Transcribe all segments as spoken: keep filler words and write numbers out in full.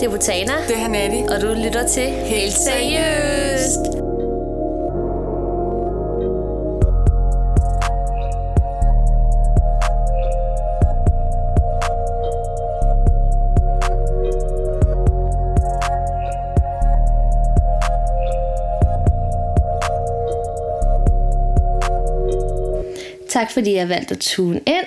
Det er Botana. Det er Hanatti. Og du lytter til Helt Seriøst. Tak fordi jeg valgte at tune ind.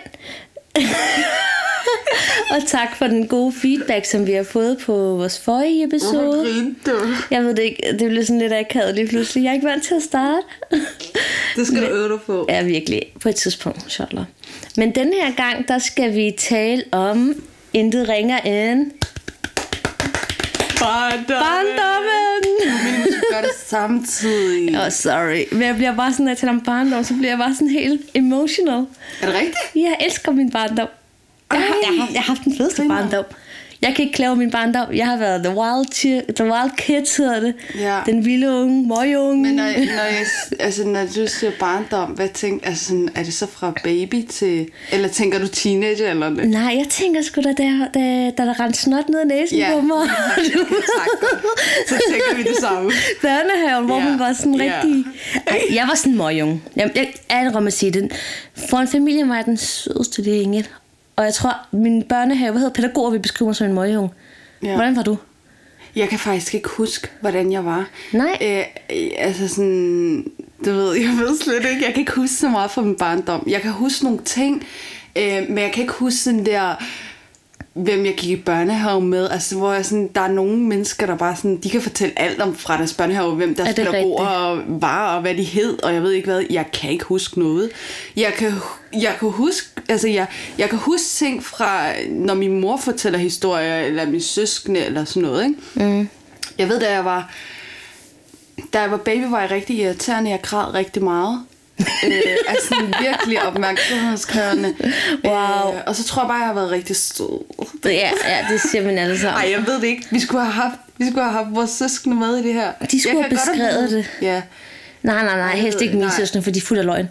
Og tak for den gode feedback, som vi har fået på vores forrige episode. Hvorfor Jeg ved det ikke, det blev sådan lidt akavet lige pludselig. Jeg er ikke vant til at starte. Det skal Men, du øve dig på. Ja, virkelig. På et tidspunkt, inshallah. Men denne her gang, der skal vi tale om intet ringer end barndommen. Barndommen. Men vi skal gøre det samtidig. Åh, oh, sorry. Men jeg bliver bare sådan, når jeg taler om barndom, så bliver jeg bare sådan helt emotional. Er det rigtigt? Jeg elsker min barndom. Jeg har, jeg, har, jeg har haft den fedeste Finder. barndom. Jeg kan ikke klage min barndom. Jeg har været the wild, chi- the wild kids, hedder det. Ja. Den vilde unge, møgeunge. Men når, når, jeg, altså, når du siger barndom, hvad tænker, altså, sådan, er det så fra baby til, eller tænker du teenager eller det? Nej, jeg tænker sgu da, da, da, da der rendte snot ned i næsen ja. på mig. Ja, det så tænker vi det samme. Børnehaven, hvor ja. man var sådan ja. rigtig... Ej, jeg var sådan en møgeunge. Jeg, jeg er at sige det. For en familie var jeg den sødeste lille engel. Og jeg tror, min børnehave, hvad hedder pædagoger, vi beskriver mig som en møgeunge. Ja. Hvordan var du? Jeg kan faktisk ikke huske, hvordan jeg var. Nej. Æ, altså sådan, du ved, jeg ved slet ikke, jeg kan ikke huske så meget fra min barndom. Jeg kan huske nogle ting, øh, men jeg kan ikke huske sådan der, hvem jeg gik i børnehave med. Altså, hvor jeg sådan, der er nogle mennesker, der bare sådan, de kan fortælle alt om fra deres børnehave, hvem deres pædagoger var, og hvad de hed, og jeg ved ikke hvad. Jeg kan ikke huske noget. Jeg kan, jeg kan huske, altså jeg, jeg kan huske ting fra, når min mor fortæller historier, eller min søskende, eller sådan noget, ikke? Mm. Jeg ved, da jeg var, da jeg var baby, var jeg rigtig irriterende. Jeg græd rigtig meget. øh, altså virkelig opmærksomhedskrævende. Wow. øh, Og så tror jeg bare, jeg har været rigtig sød. Ja, ja, det siger man alle sammen. Ej, jeg ved det ikke. Vi skulle have haft, vi skulle have haft vores søskende med i det her. De skulle have beskrevet det. Ja. Nej, nej, nej, helst ikke mine søskende, for de er fuld af løgn.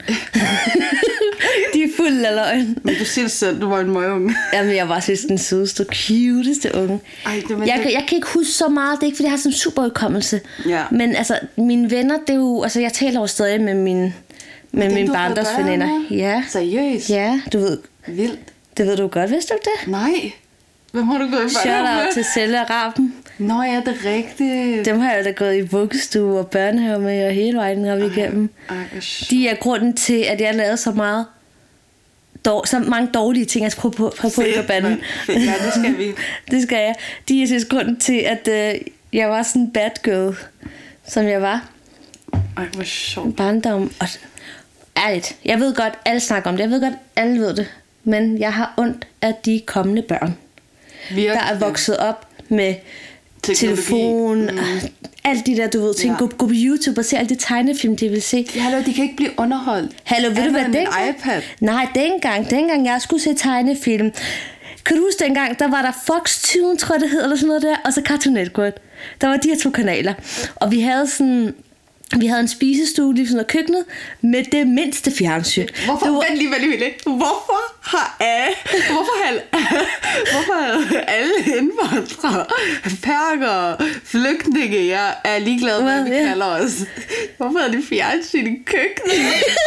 De er fuld af løgn. Men du siger det selv, du var en møgeunge. Jamen, jeg var synes den sødeste og cuteste unge. Ej, det jeg, kan, jeg kan ikke huske så meget. Det er ikke, fordi jeg har sådan en super udkommelse. Ja. Men altså, mine venner, det er jo... Altså, jeg taler jo stadig med min med mine barndomsveninder. Ja. Seriøst? Ja, du ved... Vildt. Det ved du godt, vidste du det? Nej. Hvem har du gået i børnehave med? Shout out til Selle og Raben. Nå ja, det er rigtigt. Dem har jeg da gået i vuggestue og børnehave med, og hele vejen har vi igennem. Ej, de er grunden til, at jeg lavede så meget dår, så mange dårlige ting. Jeg skal prøve på, prøve på ikke at bande. Ja, det skal vi. Det skal jeg. De er synes grunden til, at øh, jeg var sådan en bad girl, som jeg var. Ej, hvor sjovt. Barndom. Og ærligt, jeg ved godt, alle snakker om det. Jeg ved godt, alle ved det. Men jeg har ondt af de kommende børn, virkelig, der er vokset op med teknologi. Telefon, mm. alt de der, du ved, ting. Ja. Gå, gå på YouTube og se alle de tegnefilm, de vil se. Hallo, de kan ikke blive underholdt. Hallo, ved du hvad, den iPad? Nej, dengang, dengang jeg skulle se tegnefilm. Kan du huske dengang, der var der Foxtune, tror jeg det hed, eller sådan noget der, og så Cartoon Network. Der var de her to kanaler. Og vi havde sådan... Vi havde en spisestue lige sådan noget køkkenet med det mindste fjernsyn. Hvorfor, var... vent lige, vent lige, hvorfor har alle, hvorfor har, hvorfor har alle indvandrere, perker, flygtninge, jeg er ligeglad med, hvad vi ja. kalder os. Hvorfor har de fjernsyn i køkkenet?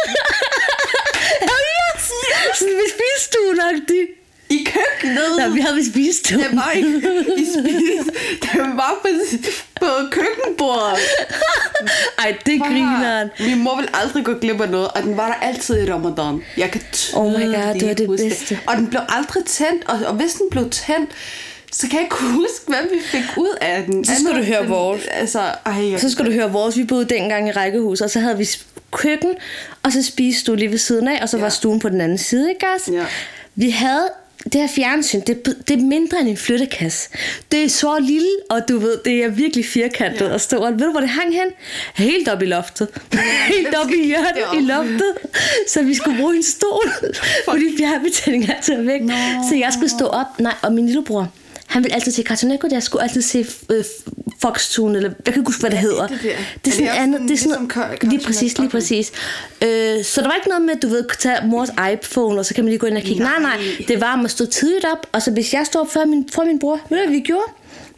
Ja, yes. Sådan med spisestuen-agtigt. I køkkenet? Nej, vi havde vi spisestuen. Det var ikke i spise. Det var på, på køkkenbordet. Ej, det griner. Min mor vil aldrig gå glip af noget, og den var der altid i Ramadan. Jeg kan oh my god, det var det huske. bedste. Og den blev aldrig tændt, og, og hvis den blev tændt, så kan jeg ikke huske, hvad vi fik ud af den. Så skal du høre vores. Altså, ej, så skal du høre vores. Vi boede dengang i rækkehus, og så havde vi køkken, og så spisestue lige ved siden af, og så ja. var stuen på den anden side, ikke også? Ja. Vi havde det her fjernsyn, det, det er mindre end en flyttekasse. Det er så lille, og du ved, det er virkelig firkantet ja. og stort. Ved du, hvor det hang hen? Helt op i loftet. Helt op i hjørnet i loftet. Så vi skulle bruge en stol, fordi fjernbetjeningen altid er væk. No. Så jeg skulle stå op. Nej, og min lillebror, han ville altid se Cartoon Network. Jeg skulle altid se øh, Foxtune, eller jeg kan ikke huske, hvad det hedder. Det, det, det er sådan andet. Det er sådan noget, lige præcis, lige præcis. Øh, så der var ikke noget med, at du ved, tage mors iPhone, og så kan man lige gå ind og kigge. Nej, nej. nej. Det var, at man stod tidligt op, og så hvis jeg stod op før min, før min bror, ved du, hvad vi gjorde?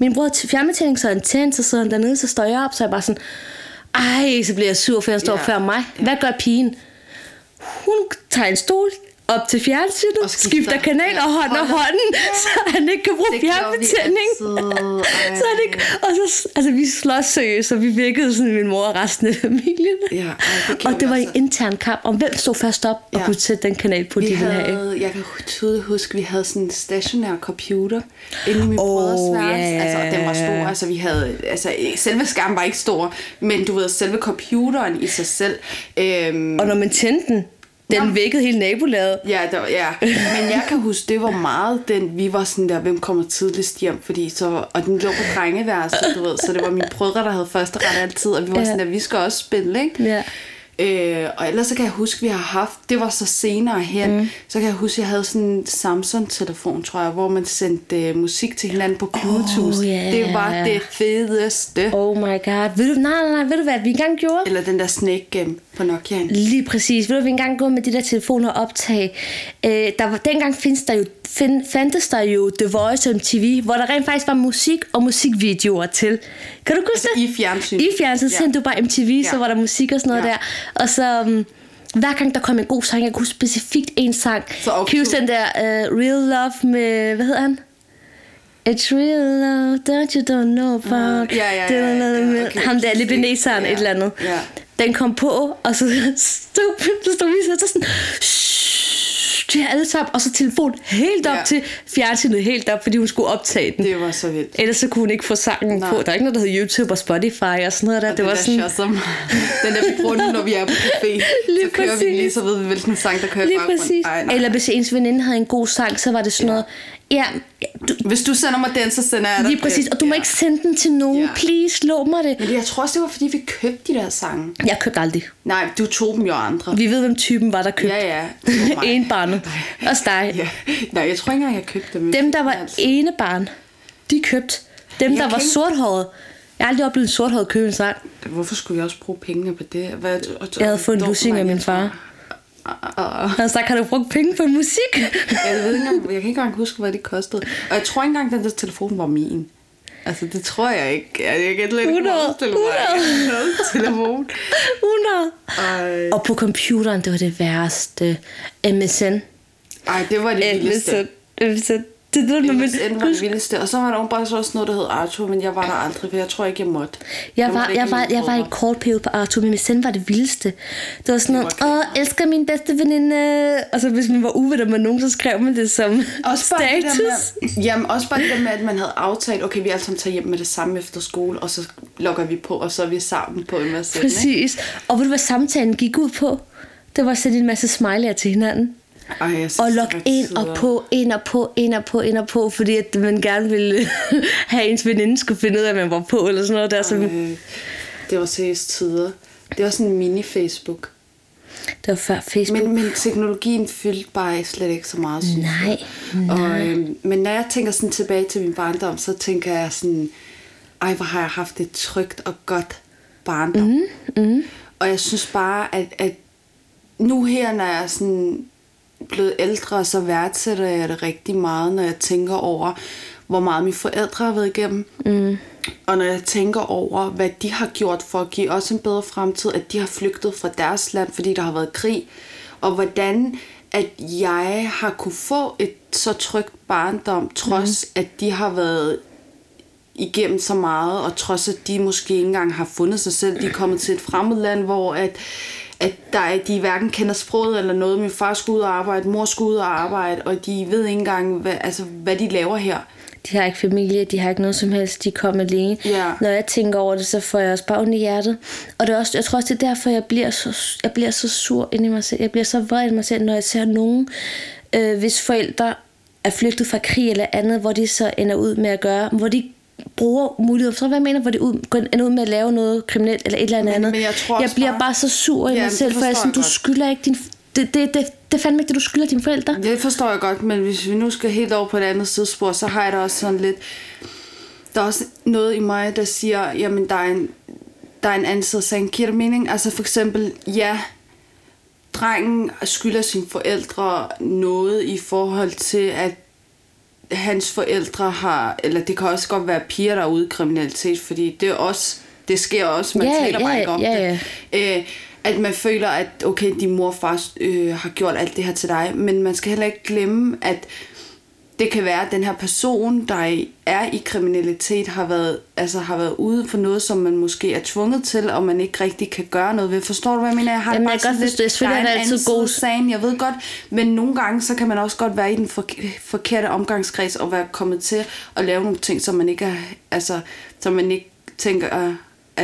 min bror til fjernbetjening, så er han tændt, så sidder han dernede, så står jeg op, så er jeg bare sådan, ej, så bliver jeg sur, for han står yeah. før mig. Hvad gør pigen? Hun tager en stol op til fjernsynet, og skifter, skifter kanal og hånd og hånden, ja. Så han ikke kan bruge fjernbetjening. Så han ikke, og så, altså vi slås seriøst, så vi vækkede sådan min mor og resten af familien. Ja, ej, det og det var en altså. intern kamp om, hvem stod først op ja. og kunne sætte den kanal på, vi de ville have. Jeg kan tydeligt huske, vi havde sådan en stationær computer inde i min oh, brødres værelse. Yeah. Altså, den var stor. Altså, vi havde, altså, selve skærmen var ikke stor, men du ved, selve computeren i sig selv. Øhm, og når man tændte den, den Nå. vækkede hele nabolaget. Ja, der, ja, men jeg kan huske, det var meget den, vi var sådan der, hvem kommer tidligst hjem, fordi så, og den lå på drengeværelset, du ved, så det var mine brødre, der havde første ret altid, og vi var ja. sådan der, vi skal også spille, ikke? Ja. Øh, og ellers så kan jeg huske, vi har haft, det var så senere hen, mm. så kan jeg huske, jeg havde sådan en Samsung-telefon, tror jeg, hvor man sendte uh, musik til hinanden på Bluetooth. Oh, yeah. Det var det fedeste. Oh my god. Ved du, nej, nej, nej, ved du hvad vi engang gjorde? Eller den der Snake Game på Nokia'en. Lige præcis. Ved du, vi engang gjorde med de der telefoner optag. Øh, der var, dengang findes der jo, find, fandtes der jo The Voice og M T V, hvor der rent faktisk var musik og musikvideoer til. Kan du huske altså, det? I fjernsyn. I fjernsyn, så sendte du bare M T V, ja. så var der musik og sådan noget ja. der. Og så um, hver gang der kom en god sang, jeg kunne specifikt en sang. Kan du den der uh, Real Love med, hvad hedder han? It's real love, don't you don't know about. Uh, ja, ja, ja, ja, ja. Okay. Ham der, libaneseren, ja. et eller andet. Ja. Den kom på, og så stod, så stod vi så sådan, de alle sammen, og så telefon helt op ja. til fjernsynet, helt op, fordi hun skulle optage den. Det var så vildt. Ellers så kunne hun ikke få sangen Nej. på. Der er ikke noget, der hedder YouTube og Spotify og sådan noget der. Og det var der sådan... Shazam. Den der vi bruger nu, når vi er på café. Lige så kører præcis. vi lige, så ved vi, hvilken sang, der kører lige præcis. Ej, nej. Eller hvis ens veninde havde en god sang, så var det sådan ja. noget... Ja, du, hvis du sender mig den, så sender jeg dig. Lige præcis, og du må ja. ikke sende den til nogen. Ja. Please, lov mig det. Men jeg tror også, det var fordi, vi købte de der sange. Jeg købte aldrig. Nej, du tog dem jo andre. Vi ved, hvem typen var, der købte. Ja, ja. En barnet. Også dig. Ja. Nej, jeg tror ikke engang, jeg købte dem. Dem, der var altså. ene barn, de købte. Dem, jeg der var ikke... sorthåret. Jeg har aldrig oplevet en sorthåret købe en sang. Hvorfor skulle jeg også bruge pengene på det? Hvad, jeg havde fået en lussing af min far. Og så har du brugt penge på musik. Jeg ved ikke engang, jeg kan ikke engang huske, hvad det kostede. Og jeg tror ikke engang, at den der telefon var min. Altså, det tror jeg ikke. Jeg kan ikke lidt hundrede telefon. hundrede Ej. Og på computeren, det var det værste. M S N. Ej, det var det vildeste. M S N. Det, det, det, M S N var det vildeste. Og så var der bare så også noget, der hed Arthur, men jeg var der aldrig, for jeg tror ikke, jeg måtte. Jeg, jeg var, jeg var, jeg var i en kort periode på Arthur, men M S N var det vildeste. Det var sådan noget, åh, elsker min bedste veninde. Og så hvis man var uvenner med nogen, så skrev man det som også status. Det med, jamen, også bare det der med, at man havde aftalt, okay, vi alle sammen tager hjem med det samme efter skole, og så logger vi på, og så er vi sammen på M S N. Præcis. Ikke? Og ved du, hvad samtalen gik ud på? Det var at sætte en masse smiley'er til hinanden. Ej, synes, og log ind og på, ind og på, ind og på, ind og på, fordi at man gerne ville have ens veninde skulle finde ud af, at man var på, eller sådan noget der. Så... Ej, det var seriøst tider. Det var sådan en mini-Facebook. Det var før Facebook. Men, men teknologien fyldte bare slet ikke så meget, synes nej, jeg. nej. Og, øhm, men når jeg tænker sådan tilbage til min barndom, så tænker jeg sådan, ej, hvor har jeg haft et trygt og godt barndom. Mm, mm. Og jeg synes bare, at, at nu her, når jeg er sådan blevet ældre, så værdsætter jeg det rigtig meget, når jeg tænker over, hvor meget mine forældre har været igennem. Mm. Og når jeg tænker over, hvad de har gjort for at give os en bedre fremtid, at de har flygtet fra deres land, fordi der har været krig, og hvordan at jeg har kunne få et så trygt barndom, trods mm. at de har været igennem så meget, og trods at de måske ikke engang har fundet sig selv. De er kommet til et fremmed land, hvor at at der er, de hverken kender sproget eller noget. Min far skulle ud og arbejde, mor skulle ud og arbejde, og de ved ikke engang, hvad, altså, hvad de laver her. De har ikke familie, de har ikke noget som helst, de kommer alene. Ja. Når jeg tænker over det, så får jeg også bare ondt i hjertet. Og det er også, jeg tror også, det er derfor, jeg bliver så, jeg bliver så sur inde i mig selv. Jeg bliver så vred i mig selv, når jeg ser nogen, øh, hvis forældre er flygtet fra krig eller andet, hvor de så ender ud med at gøre, hvor de bruger muligheder. Så hvad jeg mener, hvor det ud, ender ud med at lave noget kriminelt eller et eller andet men, andet. Men jeg, tror jeg bliver bare, bare så sur i ja, mig selv, for jeg sådan, du skylder ikke din... Det, det, det, det er fandme ikke det, du skylder dine forældre. Det forstår jeg godt, men hvis vi nu skal helt over på et andet sidespor, så har jeg da også sådan lidt... Der er også noget i mig, der siger, jamen der er en, der er en anden side af sagen. Giver det mening? Altså for eksempel, ja, drengen skylder sine forældre noget i forhold til, at hans forældre har, eller det kan også godt være piger, der er ude i kriminalitet, fordi det er også, det sker også, man ja, taler ja, bare ikke om ja, det. Ja. Øh, at man føler, at okay, din mor og far øh, har gjort alt det her til dig, men man skal heller ikke glemme, at det kan være, at den her person, der er i kriminalitet, har været, altså, har været ude for noget, som man måske er tvunget til, og man ikke rigtig kan gøre noget ved. Forstår du, hvad jeg mener? Jeg har Jamen, bare jeg godt forstå, lidt, der er en altid god. Sagen, jeg ved godt, men nogle gange, så kan man også godt være i den forkerte omgangskreds, og være kommet til at lave nogle ting, som man ikke er, altså, som man ikke tænker, at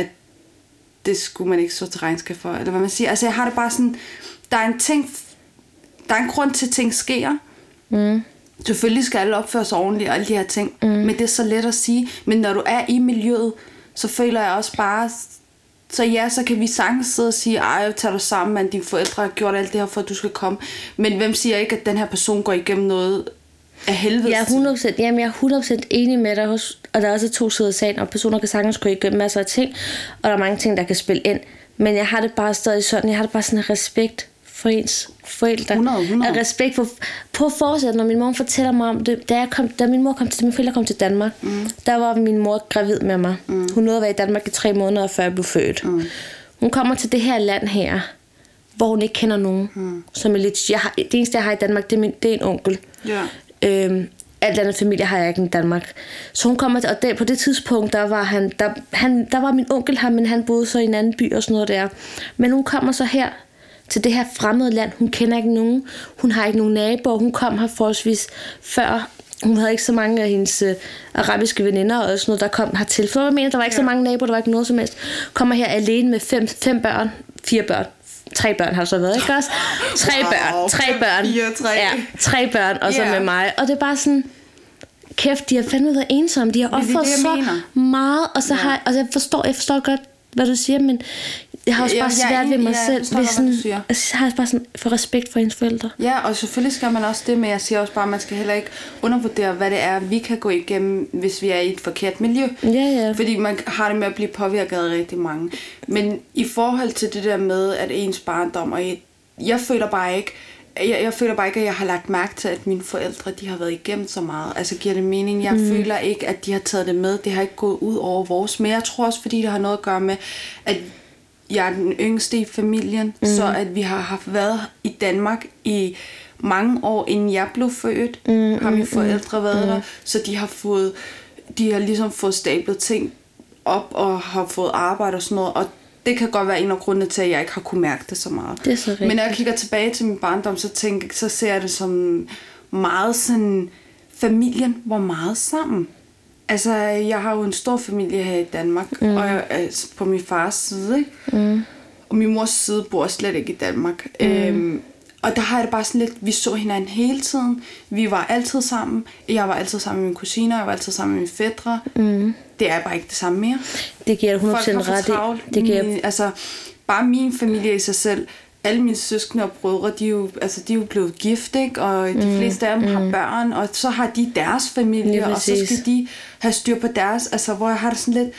det skulle man ikke så til regnskab for, eller hvad man siger. Altså, jeg har det bare sådan, der er en ting, der er en grund til, at ting sker. Mm. Selvfølgelig skal alle opføre sig ordentligt og alle de her ting, mm. men det er så let at sige. Men når du er i miljøet, så føler jeg også bare, så ja, så kan vi sagtens sidde og sige, ej, tager du sammen, men dine forældre har gjort alt det her, for at du skal komme. Men hvem siger ikke, at den her person går igennem noget af helvede? Jeg er hundrede procent, jamen jeg er hundrede procent enig med dig, og der er også to sider af sagen, og personer kan sagtens gå igennem masser af ting, og der er mange ting, der kan spille ind. Men jeg har det bare stadig sådan, jeg har det bare sådan en respekt for ens forældre. hundrede, hundrede. Og respekt for, på forsæt, når min mor fortæller mig om det, da, jeg kom, da min mor kom til, mine forældre kom til Danmark, mm. der var min mor gravid med mig. Mm. Hun nåede at være i Danmark i tre måneder, før jeg blev født. Mm. Hun kommer til det her land her, hvor hun ikke kender nogen. Mm. Som er lidt, jeg har, det eneste, jeg har i Danmark, det er, min, det er en onkel. Yeah. Øhm, alt andet familie har jeg ikke i Danmark. Så hun kommer til, og der, på det tidspunkt, der var han, der, han, der var min onkel her, men han boede så i en anden by og sådan noget der. Men hun kommer så her til det her fremmede land. Hun kender ikke nogen. Hun har ikke nogen naboer. Hun kom her forholdsvis før. Hun havde ikke så mange af hendes uh, arabiske veninder og sådan noget, der kom hertil. For jeg mener, der var ikke ja. så mange naboer, der var ikke noget som helst. Kommer her alene med fem, fem børn, fire børn. Tre børn har så været, ikke også? Tre wow, børn, tre børn. Fire, tre. Ja, tre børn, og så yeah. med mig. Og det er bare sådan, kæft, de har fandme været ensomme. De har opført så mener. meget, og så ja. har og jeg forstår, jeg forstår godt, hvad du siger, men jeg har også bare ja, svært ved mig ja, selv. Forstår, sådan, jeg har bare sådan for respekt for ens forældre. Ja, og selvfølgelig skal man også det, men jeg siger også bare, at man skal heller ikke undervurdere, hvad det er, vi kan gå igennem, hvis vi er i et forkert miljø. Ja, ja. Fordi man har det med at blive påvirket af rigtig mange. Men i forhold til det der med, at ens barndom, og jeg, jeg føler bare ikke, Jeg, jeg føler bare ikke, at jeg har lagt mærke til, at mine forældre, de har været igennem så meget. Altså giver det mening? Jeg mm. føler ikke, at de har taget det med. Det har ikke gået ud over vores. Men jeg tror også, fordi det har noget at gøre med, at jeg er den yngste i familien. Mm. Så at vi har haft været i Danmark i mange år, inden jeg blev født. Mm, har mine forældre været mm. der. Så de har fået, de har ligesom fået stablet ting op og har fået arbejde og sådan noget. Og det kan godt være en af grundene til, at jeg ikke har kunne mærke det så meget. Det er så rigtigt. Men når jeg kigger tilbage til min barndom, så, tænker, så ser jeg det som meget sådan, familien var meget sammen. Altså, jeg har jo en stor familie her i Danmark, mm. og jeg, altså, på min fars side, ikke? Mm. Og min mors side bor slet ikke i Danmark. Mm. Øhm, og der har jeg det bare sådan lidt, vi så hinanden hele tiden. Vi var altid sammen. Jeg var altid sammen med mine kusiner, jeg var altid sammen med mine fætre. Mm. Det er bare ikke det samme mere. Det giver jeg hundrede procent ret i. Det giver... Min, altså, bare min familie i sig selv, alle mine søskende og brødre, de er jo, altså, de er jo blevet gift, ikke? Og de mm, fleste af dem mm. har børn, og så har de deres familie, og så skal de have styr på deres, altså hvor jeg har det sådan lidt,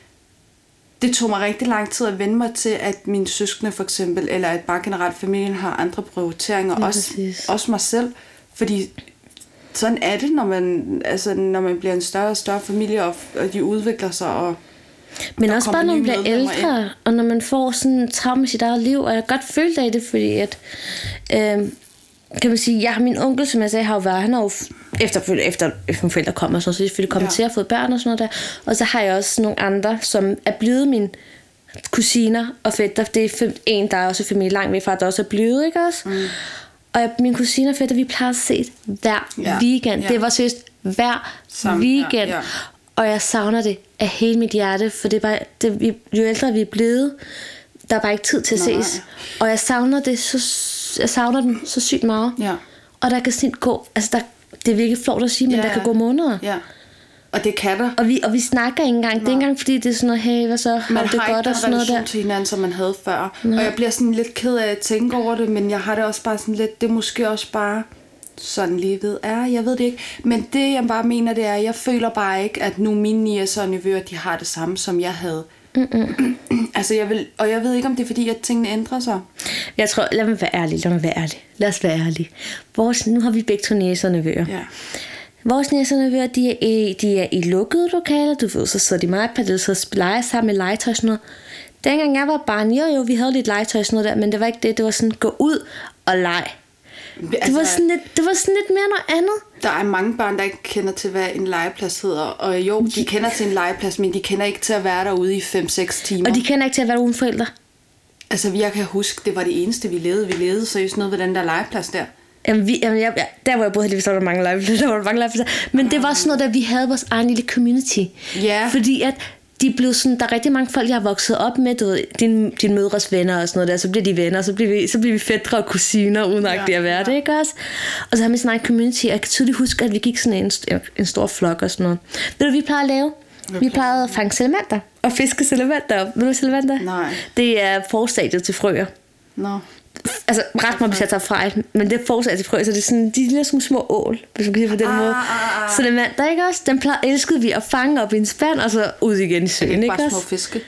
det tog mig rigtig lang tid at vende mig til, at mine søskende for eksempel, eller at bare generelt familien har andre prioriteringer, også, også mig selv, fordi sådan er det, når man, altså, når man bliver en større og større familie, og, og de udvikler sig, og men også bare når man bliver ældre, ind. Og når man får sådan en traume i sit eget liv, og jeg har godt følt af det, fordi at, øh, kan man sige, jeg har min onkel, som jeg sagde, har jo været, han har jo efterfølgende, efter mine forældre kommer, så selvfølgelig kommet ja. til at få børn og sådan noget der, og så har jeg også nogle andre, som er blevet mine kusiner og fætter, det er en, der er også familie langt væk fra, der også er blevet, ikke også? Mm. Og jeg, mine kusiner og fætter, vi plejer at se hver ja. weekend, ja. det var seriøst hver Sammen, weekend, ja. Ja. Og jeg savner det af hele mit hjerte, for det er bare, det, jo ældre vi er blevet, der er bare ikke tid til at Nej. ses. Og jeg savner det så, jeg savner dem så sygt meget. Ja. Og der kan sådan gå, altså der, det er virkelig flot at sige, men ja, der kan gå måneder. Ja. Og det kan der. Og vi, og vi snakker ikke engang. Nej. Det er ikke engang fordi, det er sådan noget, hey, hvad så, har det godt og sådan noget der. Man har ikke den relation til hinanden, som man havde før. Nej. Og jeg bliver sådan lidt ked af at tænke over det, men jeg har det også bare sådan lidt, det er måske også bare sådan livet er, jeg ved det ikke. Men det jeg bare mener, det er, jeg føler bare ikke, at nu mine niæser og nevøer, de har det samme, som jeg havde. altså jeg vil, og jeg ved ikke, om det er fordi, at tingene ændrer sig. Jeg tror, lad mig være ærlig, lad mig være ærlig. Lad os være ærlig. Vores, nu har vi begge to niæser og nevøer. Ja. Vores næsernevører, de er, i, de er i lukkede lokaler, du ved, så sidder de med iPad, eller så leger sammen med legetøj og sådan noget. Dengang jeg var barn, jo jo, vi havde lidt legetøj og sådan noget der, men det var ikke det, det var sådan, gå ud og lege. Altså, det, var sådan lidt, det var sådan lidt mere noget andet. Der er mange børn, der ikke kender til, hvad en legeplads hedder. Og jo, de kender til en legeplads, men de kender ikke til at være derude i fem seks timer. Og de kender ikke til at være uden forældre. Altså, jeg kan huske, det var det eneste, vi levede. Vi levede seriøst noget ved den der legeplads der. Jamen, vi, jamen jeg, der hvor jeg boede heldigvis, der var der mange legepladser, der var der mange legepladser. Men det var sådan noget, der vi havde vores egen lille community. Ja. Fordi at de blev sådan, der er rigtig mange folk, jeg har vokset op med, du ved, din, din mødres venner og sådan noget der, så bliver de venner, så bliver vi, så bliver vi fætre og kusiner, uden at det at være det, ikke også? Og så har vi sådan en community, og jeg kan tydeligt huske, at vi gik sådan en, en stor flok og sådan noget. Ved du, vi plejede at lave? Okay. Vi plejede at fange salamander og fiske salamander. Ved du salamander? Nej. Det er forstadiet til frøer. Nå. No. Altså, ret mig, hvis jeg tager fejl, men det er fortsat til frø, så det er sådan, de er som små ål, hvis man kan sige på den ah, måde. Ah, ah. Så det mand, der ikke også, den plejede, elskede vi at fange op i en spand, og så ud igen i søen, ikke, ikke også? bare små fiske?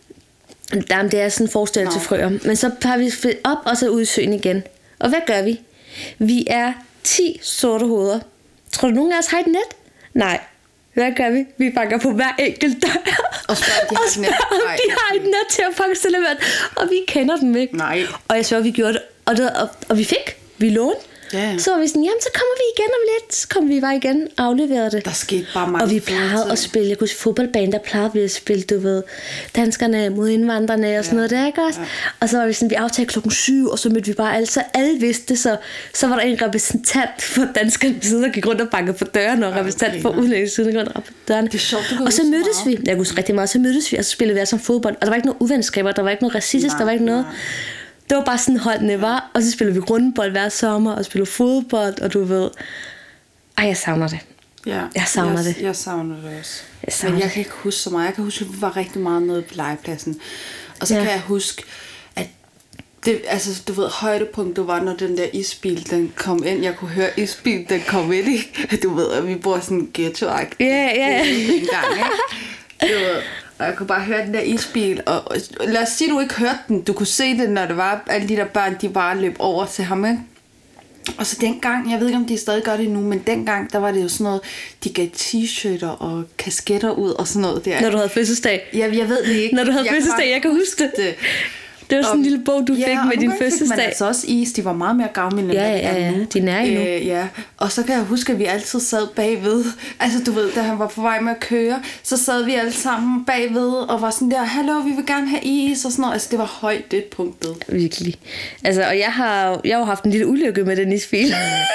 Jamen, det er sådan fortsat til frøer. Men så tager vi op, og så ud i søen igen. Og hvad gør vi? Vi er ti sorte hoveder. Tror du, nogen af os har et net? Nej. Hvad gør vi? Vi banker på hver enkelt dør. Og spørger, de har et net. Nej, de har et net til at fange salamander. Og vi kender dem ikke. Nej. Og jeg så, vi gjorde det. Og, det, og, og vi fik. Vi lånte. Ja. Så var vi sådan, jamen så kommer vi igen om lidt. Så kom vi bare igen og afleverede det. Der skete bare mange. Og vi plejede at spille, jeg kunne sige fodboldbane, der plejede vi at spille, du ved, danskerne mod indvandrerne og sådan ja. noget der, ikke også? Ja. Og så var vi sådan, vi aftalte klokken syv, og så mødte vi bare alle, så alle vidste det, så, så var der en repræsentant for danskerne side, der gik rundt og bankede på dørene, og en repræsentant for udlændinge side, der gik rundt på dørene. Det er sjovt, og så mødtes vi, jeg kunne rigtig meget, så mødtes vi, og så spillede vi som fodbold, og der var ikke noget uvenskaber, der var ikke noget racistisk, nej, der var ikke noget. Nej. Det var bare sådan holdene var, og så spillede vi rundbold hver sommer, og spillede fodbold, og du ved, ej, jeg savner det. Ja, jeg savner jeg, det. Jeg savner det også. Jeg savner Men jeg kan ikke huske så meget. Jeg kan huske, at vi var rigtig meget nede på legepladsen. Og så ja. kan jeg huske, at det, altså, du ved, højdepunktet var, når den der isbil, den kom ind. Jeg kunne høre isbil, den kom ind, ikke? Du ved, at vi bor sådan en ghetto-agtig. Ja, ja. Dengang, ikke? Du ved, og jeg kunne bare høre den der isbil, og, og lad os sige, du ikke hørte den. Du kunne se det, når det var, alle de der børn, de bare løb over til ham, ikke? Og så dengang, jeg ved ikke, om de stadig gør det nu, men dengang, der var det jo sådan noget, de gav t-shirter og kasketter ud og sådan noget der. Når du havde fødselsdag? Ja, jeg ved det ikke. Når du havde jeg fødselsdag, jeg kan huske det. det. Det var sådan en lille bog, du ja, fik med din fødselsdag. Ja, altså også is. De var meget mere gavmilde, end ja, hvad de ja, er nu. Ja, de er endnu. Øh, ja. Og så kan jeg huske, at vi altid sad bagved. Altså, du ved, da han var på vej med at køre, så sad vi alle sammen bagved og var sådan der, hallo, vi vil gerne have is og sådan noget. Altså, det var højt, det punktet. Virkelig. Altså, og jeg har jeg har haft en lille ulykke med den isbil.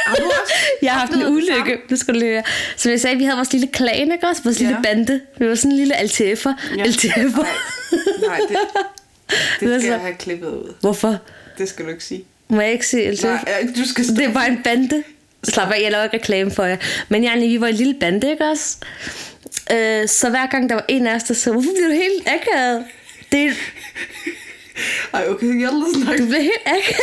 Jeg har haft en ulykke. Det skal du lide. Som jeg sagde, vi havde vores lille klan, ikke også? Vores ja. lille bande. Vi var sådan en lille L T F'er. Ja. L T F'er. Nej, nej, det... Det skal jeg have klippet ud. Hvorfor? Det skal du ikke sige. Må jeg ikke sige L T F? Nej, du skal stå. Det er bare en bande. Slap af, jeg laver ikke reklame for jer. Men Janne, vi var en lille bande, ikke også? Øh, så hver gang der var en af os, der så, hvorfor bliver du helt akavet? Det... Ej, okay, jeg lader snakke. Du bliver helt akavet.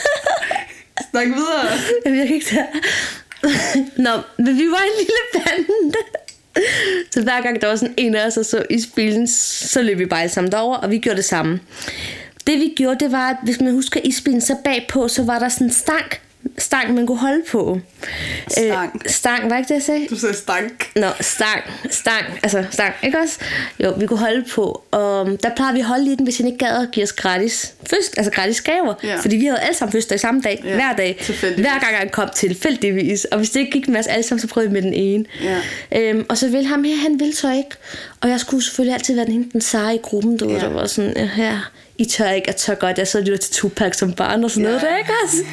Snak videre. Jeg kan ikke tage. Nå, men vi var en lille bande. Så hver gang der var sådan en af os, og så i spillen, så løb vi bare sammen derover, og vi gjorde det samme. Det vi gjorde, det var, at hvis man husker isbilen, så bagpå, så var der sådan en stang, stang man kunne holde på. Stang. Øh, stang, var ikke det, jeg sagde? Du sagde stank. Nå, stang, stang, altså stang, ikke også? Jo, vi kunne holde på, og der plejede vi at holde i den, hvis han ikke gad at give os gratis, først, altså gratis gaver, ja. Fordi vi havde alle sammen fødselsdag samme dag, ja, hver dag, hver gang han kom tilfældigvis, og hvis det ikke gik med os alle sammen, så prøvede vi med den ene. Ja. Øhm, og så ville ham her, han ville så ikke, og jeg skulle selvfølgelig altid være den, den seje i gruppen, du, ja. Der var sådan, ja, her, I tør ikke, at tør godt, jeg så lytter til Tupac som barn og sådan ja. Noget, der, ikke også?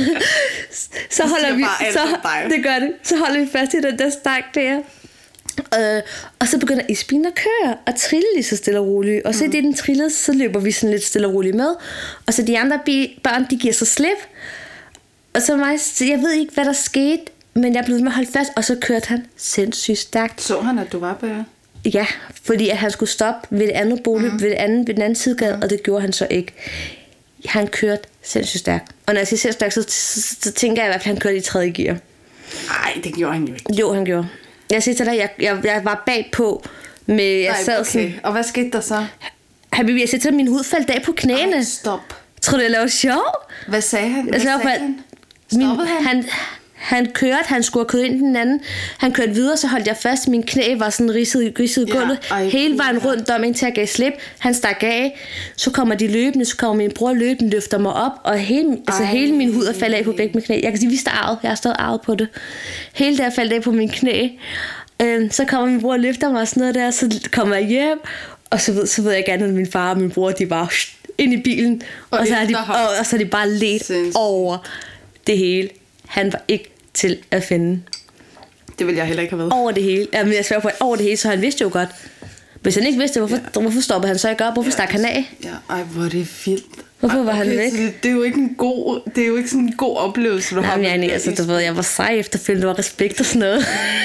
Så holder vi, så, det gør det, så holder vi fast i den der stang der. Øh, og så begynder isbilen at køre og trille lige så stille og roligt. Og så mm. det den trillede, så løber vi sådan lidt stille og roligt med. Og så de andre børn, de giver sig slip. Og så mig, jeg ved ikke, hvad der skete, men jeg blev med at holde fast, og så kørte han sindssygt stærkt. Så han, at du var på jer? Ja, fordi at han skulle stoppe ved et andet bolig, mm. ved, et andet, ved den anden sidegade, mm. og det gjorde han så ikke. Han kørte sindssygt stærkt. Og når jeg siger sindssygt stærkt, så, så, så tænker jeg i hvert fald, at han kørte i tredje gear. Nej, det gjorde han jo ikke. Jo, han gjorde. Jeg siger til dig, jeg, jeg, jeg var bagpå med... Jeg Nej, sad okay. Sådan, og hvad skete der så? Habibi, jeg siger til dig, min hud faldt af på knæene. Ej, stop. Tror du, jeg lavede sjov? Hvad sagde han? Hvad jeg sagde sagde, han? Stoppede min, han? han? Han kørte, han skulle have kørt ind den anden. Han kørte videre, så holdt jeg fast. Min knæ var sådan ridset, ridset i gulvet. Ja, ej, hele vejen ja. rundt om, indtil jeg gav slip. Han stak af. Så kommer de løbende, så kommer min bror løbende, løfter mig op. Og hele, altså, hele min hud er faldet af på begge mine knæ. Jeg kan sige, vi er arvet. Jeg har stået arvet på det. Hele det er faldet af på mine knæ. Øhm, så kommer min bror og løfter mig og sådan noget der. Så kommer jeg hjem. Og så ved, så ved jeg gerne, at min far og min bror, de var ind i bilen. Og, og, så, har de, og, og så har de bare let over det hele. Han var ikke til at finde. Det ville jeg heller ikke have været. Over det hele. Jamen, jeg svær på, at over det hele, så han vidste jo godt. Hvis han ikke vidste, hvorfor, ja. hvorfor stoppede han så ikke op? Hvorfor ja, stak han af? Ja, ej, hvor er det vildt. Hvorfor ej, var okay, han væk? Det, det, er jo ikke en god, det er jo ikke sådan en god oplevelse, du Nej, har. Nej, altså, du ved, jeg var sej efterfølgende, der var respekt og sådan noget.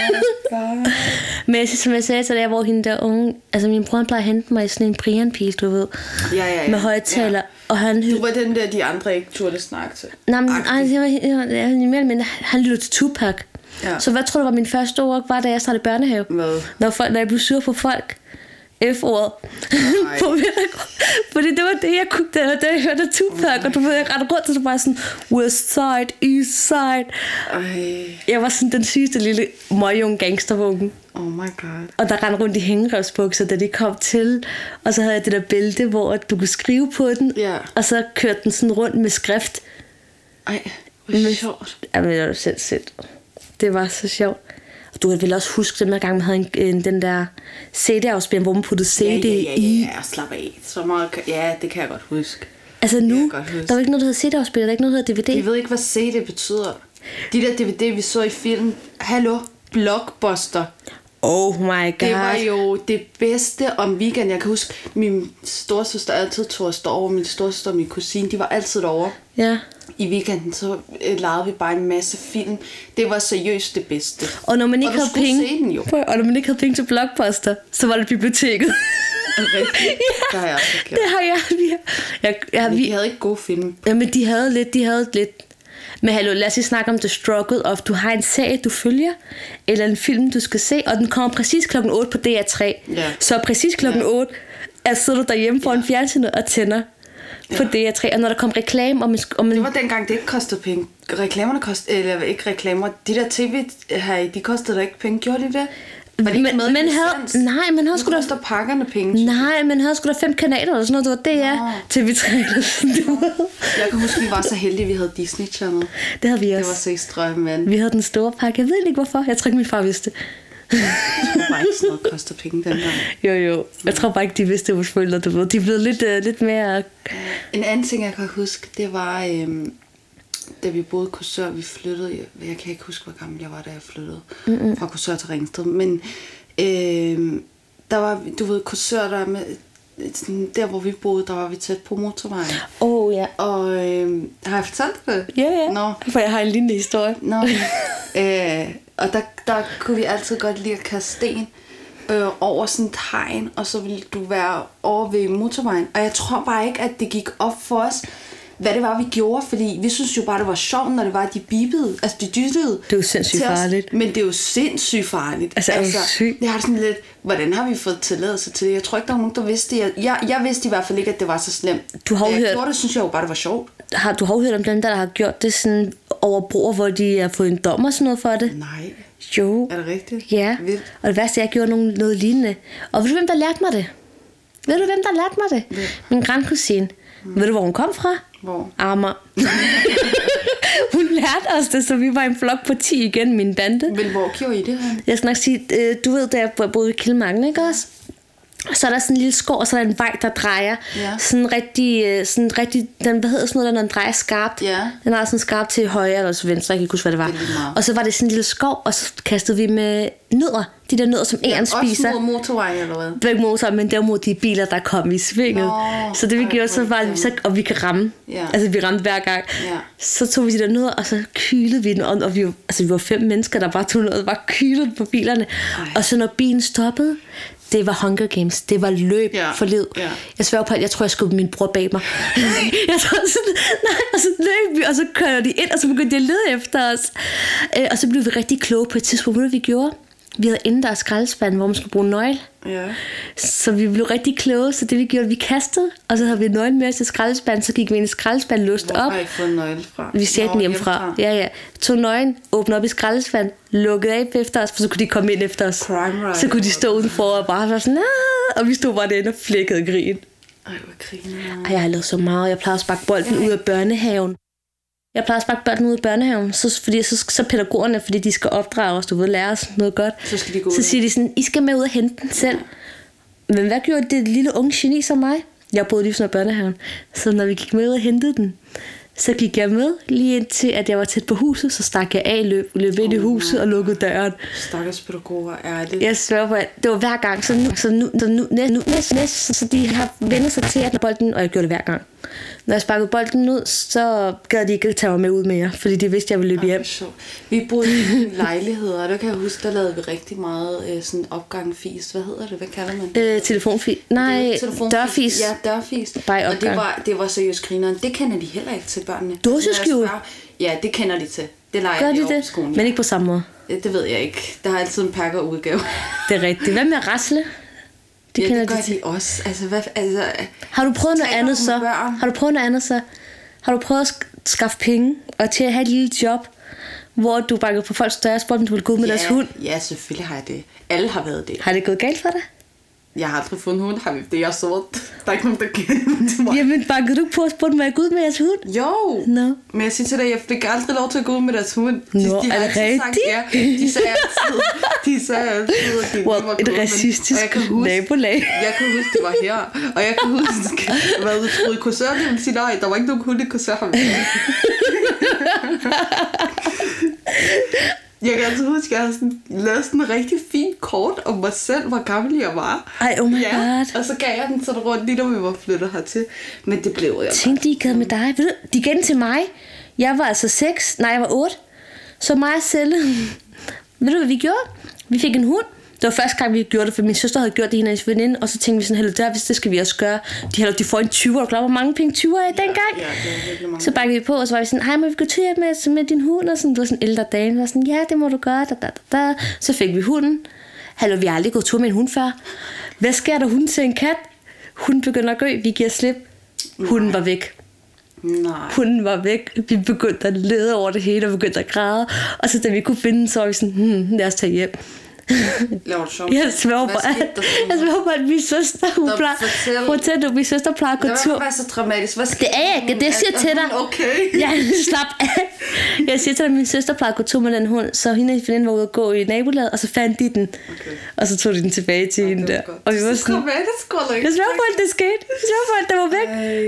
Oh men jeg synes, som jeg sagde til dig, hvor hende der unge, altså min bror plejer at hente mig i sådan en Brian-pil, du ved. Ja, ja, ja. Med højtaler. Ja. Og han, du var den der, de andre ikke turde snakke til. Nej, men ej, det var, jeg, jeg, men han lyttede til Tupac. Ja. Så hvad tror du var min første ord, var da jeg startede børnehave? Hvad? Når, folk, når jeg blev sur på folk. F-ordet. på Fordi det var det, jeg kunne, det var det, jeg hørte Tupac, oh, og du ved, jeg rendte rundt, og så bare sådan, West Side, East Side. Ej. Jeg var sådan den sygeste lille møgjunge gangstervunken. Oh my god. Og der rendte rundt i hængerøvsbukser, da de kom til. Og så havde jeg det der bælte, hvor du kunne skrive på den. Yeah. Og så kørte den sådan rundt med skrift. Ej, hvor sjovt. Jamen, det var selv set. Det var så sjovt. Og du kan vel også huske, den gang man havde en, en, den der C D-afspiller, hvor man puttede C D ja, ja, ja, i. Ja, slap af. Så meget, ja, det kan jeg godt huske. Altså nu, der var ikke noget, der hedder C D-afspiller, der er ikke noget, der hedder D V D. Jeg ved ikke, hvad C D betyder. De der D V D, vi så i film. Hallo, Blockbuster. Oh my god. Det var jo det bedste om weekenden. Jeg kan huske, min storesøster altid tog at stå over. Min storesøster og min kusine, de var altid derovre. Ja. I weekenden, så øh, legede vi bare en masse film. Det var seriøst det bedste. Og når man ikke og havde penge, se den jo. Og når man ikke havde penge til Blockbuster, så var det biblioteket. Rigtigt. Ja, det har jeg også det har jeg. jeg, jeg, jeg men vi, de havde ikke gode film. Jamen, de havde lidt, de havde lidt. Men hallo, lad os lige snakke om the struggle of, du har en serie, du følger, eller en film, du skal se, og den kommer præcis klokken otte på D R tre. Ja. Så præcis klokken otte, er sidder du derhjemme foran ja. fjernsynet og tænder på ja. D R tre, og når der kom reklame om en, om en... Det var dengang, det ikke kostede penge. Reklamerne kostede, eller ikke reklamer, de der tv her, de kostede da ikke penge, gjorde de det? Var de men, men havde, nej, men havde sgu da pakkerne penge. Nej, men havde sgu da fem kanaler eller sådan noget. Det var D R, T V tre eller sådan noget. Jeg kan huske, vi var så heldige, vi havde Disney Channel. Det havde vi også. Det var så i strømmen. Vi havde den store pakke. Jeg ved ikke hvorfor. Jeg tror ikke min far vidste. Jeg tror bare ikke sådan noget koster penge dengang. Jo jo. Jeg tror bare ikke de vidste vores forældre. Du ved. De er blevet lidt, uh, lidt mere. En anden ting jeg kan huske, det var øhm, da vi boede i Korsør, vi flyttede. Jeg, jeg kan ikke huske hvor gammel jeg var da jeg flyttede mm-hmm. fra Korsør til Ringsted. Men øhm, der var, du ved, Korsør der med der hvor vi boede, der var vi tæt på motorvejen. Åh oh, ja. Og øhm, har jeg fortalt det? Ja ja. Nå. For jeg har en lignende historie. Nå. øh, og der, der kunne vi altid godt lide at kaste sten øh, over sådan et hegn, og så ville du være over ved motorvejen. Og jeg tror bare ikke, at det gik op for os, hvad det var, vi gjorde, fordi vi synes jo bare, det var sjovt, når det var, at de bibede, altså de dyttede. Det er jo sindssygt farligt. Men det er jo sindssygt farligt. Altså, altså syg. Det har sådan lidt, hvordan har vi fået tilladelse til det? Jeg tror ikke, der var nogen, der vidste det. Jeg, jeg, jeg vidste i hvert fald ikke, at det var så slemt. Du har jeg hørt, gjorde det, synes jeg jo bare, det var sjovt. Har, du har hørt om dem, der har gjort det sådan over broer, hvor de har fået en dom og sådan noget for det? Nej. Jo. Er det rigtigt? Ja. Vildt. Og det værste, jeg gjorde noget, noget lignende. Og ved du, hvem der lærte mig det? Ved du, hvem der lærte mig det? Ved. Min grandkusine. Mm. Ved du, hvor hun kom fra? Hvor? Amager. Hun lærte os det, så vi var en flok på ti igen, min bande. Men hvor gjorde I det her? Jeg skal nok sige, du ved, da jeg boede i Kilmarken, ikke også? Så er der sådan en lille skov, og så er der en vej, der drejer. Ja. Sådan rigtig, sådan rigtig, den, hvad hedder sådan noget, når den drejer skarpt. Ja. Den har sådan skarpt til højre eller til venstre, jeg kan ikke huske, hvad det var. Det og så var det sådan en lille skov, og så kastede vi med nødder. De der nødder, som ja, æren spiser. Også mod motorvej, eller hvad? Ikke motorvej, men derimod de biler, der kom i svinget. Nå, så det vi gjorde, så var vi så, og vi kan ramme. Ja. Altså vi ramte hver gang. Ja. Så tog vi de der nødder, og så kylede vi den. Og, og vi, altså, vi var fem mennesker, der bare tog noget, bare kylede på bilerne. Ej. Og så når bilen stoppede, det var Hunger Games. Det var løb ja. for liv. Ja. Jeg sværger på, at jeg tror, jeg skubbede min bror bag mig. jeg tror sådan, nej, og så løb vi, og så kørte de ind, og så begyndte de at lede efter os. Og så blev vi rigtig kloge på et tidspunkt, hvad vi gjorde. Vi havde indendørs skraldespand, hvor man skulle bruge nøgle. Ja. Så vi blev rigtig kloge, så det vi gjorde, vi kastede, og så havde vi nøglen med os til skraldespand, så gik vi ind i skraldespand, låste Hvor op. har I fået nøgle fra? Vi satte den hjemmefra. Ja, ja. Tog nøglen, åbnede op i skraldespand, lukkede af efter os, for så kunne de komme ind efter os. Crime Så kunne de stå udenfor og bare være sådan, Aah! Og vi stod bare derinde og flækkede grin. Ej, hvor griner. Ej, jeg har lavet så meget. Jeg plejede at sparke bolden ud af børnehaven. Jeg plejer at sparke børnene ud af børnehaven, så, fordi så, så pædagogerne, fordi de skal opdrage os, du ved, lære os noget godt. Så skal de gå Så ud. siger de sådan, I skal med ud og hente den selv. Men hvad gjorde det lille unge geni som mig? Jeg boede lige sådan i børnehaven. Så når vi gik med ud og hentede den, så gik jeg med lige indtil, at jeg var tæt på huset, så stak jeg af, løb, løb ind i huset og lukkede døren. Stakkels pædagoger, er det? Jeg svær på, at det var hver gang, så nu, så nu, så nu næst, nu, næst, næst, så de har vendt sig til, at når bolden, og jeg gjorde det hver gang. Når jeg sparkede bolden ud, så gad de ikke tage mig med ud mere, fordi de vidste, at jeg ville løbe hjem. Vi boede i lejligheder, og der kan jeg huske, der lavede vi rigtig meget øh, sådan opgangfis. Hvad hedder det? Hvad kalder man det? Øh, telefonfis. Nej, Telefonfis. dørfis. Ja, dørfis. Bare og det var, det var seriøst grineren. Det kender de heller ikke til børnene. Dåseskjul? Ja, det kender de til. Det leger Gør de de over det? på skolen. Men ikke på samme måde. Det ved jeg ikke. Der har altid en pakker udgave. Det er rigtigt. Hvad med at rasle? Det ja, kender det gør de, de også. Altså, hvad, altså, har du prøvet noget andet så? Børn. Har du prøvet noget andet så? Har du prøvet at skaffe penge og til at have et lille job, hvor du bakker på folks døre og spurgte, om du ville gå ud med ja, deres hund? Ja, selvfølgelig har jeg det. Alle har været det. Har det gået galt for dig? Jeg har aldrig fået en hund. Har vi det? Jeg er sort. Der er ikke nogen, der kender mig til mig. Jamen, bakkede du på og spurgte mig at gå ud med jeres hund? Jo. No. Men jeg siger til dig, jeg fik aldrig lov til at gå ud med deres hund. De, Nå, de har er det altid rigtigt? Sagt, ja, de sagde altid, de sagde altid, at de well, var et gode, racistisk huske, nabolag. Jeg kan huske, det var her. Og jeg kan huske, hvad du troede i Korsør, de ville sige, nej, der var ikke nogen hund i Korsør. Jeg kan altid huske, at jeg havde sådan, lavet sådan en rigtig fin kort om mig selv, hvor gammel jeg var. Ej, oh my ja, god. Og så gav jeg den sådan rundt, lige da vi var flyttet hertil. Men det blev jeg. Tænk, de gad med dig. Ved du, de gav den til mig. Jeg var altså seks. Nej, jeg var otte. Så mig og Selle. Ved du, hvad vi gjorde? Vi fik en hund. Det var første gang, vi gjorde det, for min søster havde gjort det hendes veninde, og så tænkte vi sådan, heldig der, hvis det skal vi også gøre. De hælder, de får en tyver, og du hvor mange penge tyver er dengang. Ja, det er så bakkede vi på, og så var vi sådan, hej, må vi gå tur med, med din hund? Og sådan, det var sådan en ældre dame, og sådan, ja, det må du gøre. Da, da, da, da. Så fik vi hunden. Hallo, vi har aldrig gået tur med en hund før. Hvad sker der? Hunden til en kat. Hunden begynder at gø, vi giver slip. Hunden var væk. Nej. Hunden var væk. Vi begyndte at lede over det hele, og begyndte at græde. Og så da vi kunne finde den, så var vi sådan, hmm, lad os tage hjem. Jeg sværger på, jeg sværger på, at min søster, hun plejer, fortæl du, min søster plejer at gå tur. Det var så dramatisk. Hvad det er jeg ikke, det siger til dig. Okay. Jeg slap af. Jeg siger til dig, at min søster plejer at gå tur med den hund, så hende og hende var ude at gå i nabolaget, og så fandt de den. Okay. Og så tog de den tilbage til hende der. Og vi var sådan, jeg sværger på, at det skete. Jeg sværger på, at det var væk.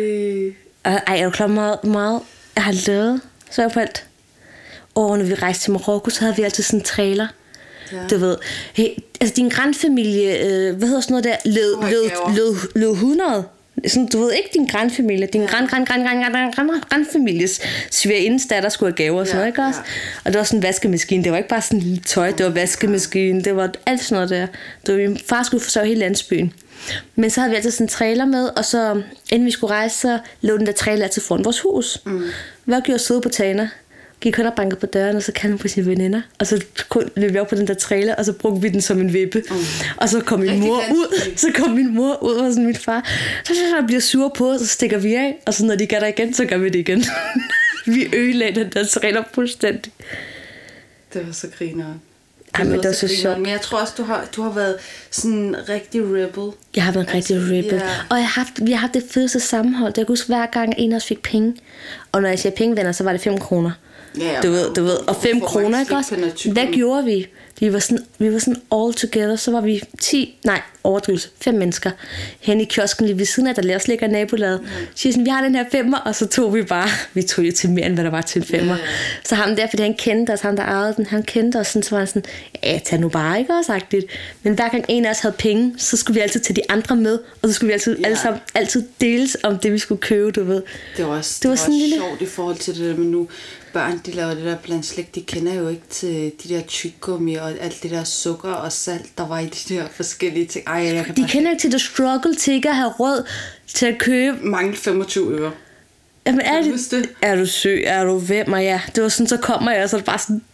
Ej, ej jeg er jo klar meget, meget, jeg har lavet. Sværger på alt. Og når vi rejste til Marokko, så havde vi altid sådan en trailer. Ja. Du ved, hey, altså din grandfamilie, øh, hvad hedder sådan noget der, led, led, led, led hundrede. Sådan, du ved ikke din grandfamilie, din ja. grand, grand, grand, grand, grand, grand, grandfamilies svigerindes datter skulle have gaver og sådan ja, noget, ikke også? Ja. Og det var sådan en vaskemaskine, det var ikke bare sådan lidt tøj, det var vaskemaskine, det var alt sådan noget der. Det var, min far skulle forsørge hele landsbyen. Men så havde vi altid sådan en trailer med, og så inden vi skulle rejse, så lå den der trailer altid foran vores hus. Mm. Hvad gjorde søde på Tana? Gik kun og bankede på døren, og så kaldte han på sine veninder. Og så løb vi op på den der trailer, og så brugte vi den som en vippe. Mm. Og så kom min rigtig mor ud. Så kom min mor ud, og sådan min far. Så, så, så bliver sur på, og så stikker vi af. Og så når de gør der igen, så gør vi det igen. Vi ødelagde den der trailer fuldstændig. Det var så grineren. Ej, men det var så sjovt. Men jeg tror også, du har, du har været sådan en rigtig rebel. Jeg har været en rigtig rebel. Yeah. Og jeg har haft, vi har haft det fedeste sammenhold. Jeg kan huske, hver gang en af os fik penge. Og når jeg siger pengevenner, så var det fem kroner. Ja, du ved, du ved. Og fem kroner, ikke også? Hvad gjorde vi? Vi var sådan, vi var sådan all together. Så var vi ti, nej, overdrivelse, fem mennesker hen i kiosken lige ved siden af, der også ligger nabolaget. Mm. Så siger sådan, vi har den her femmer, og så tog vi bare, vi tog jo til mere, end hvad der var til femmer. Yeah. Så ham der, fordi han kendte os, ham der ejede den, han kendte os, sådan, så var han sådan, ja, tag nu bare, ikke også, sagtigt. Men hver gang en af os havde penge, så skulle vi altid tage de andre med, og så skulle vi altid, yeah. alle sammen, altid deles om det, vi skulle købe, du ved. Det var også, det det var sådan lille sjovt i forhold til det, men nu børn, de laver det der blandt slægt, de kender jo ikke til de der tyggegummi og alt det der sukker og salt, der var i de der forskellige ting. Ej, jeg kan de kender ikke til the struggle til ikke at have råd til at købe. Mange femogtyve øre. Jamen er, det, er du syg, er du hvem, og ja, det var sådan, så kommer jeg, og så er det bare sådan,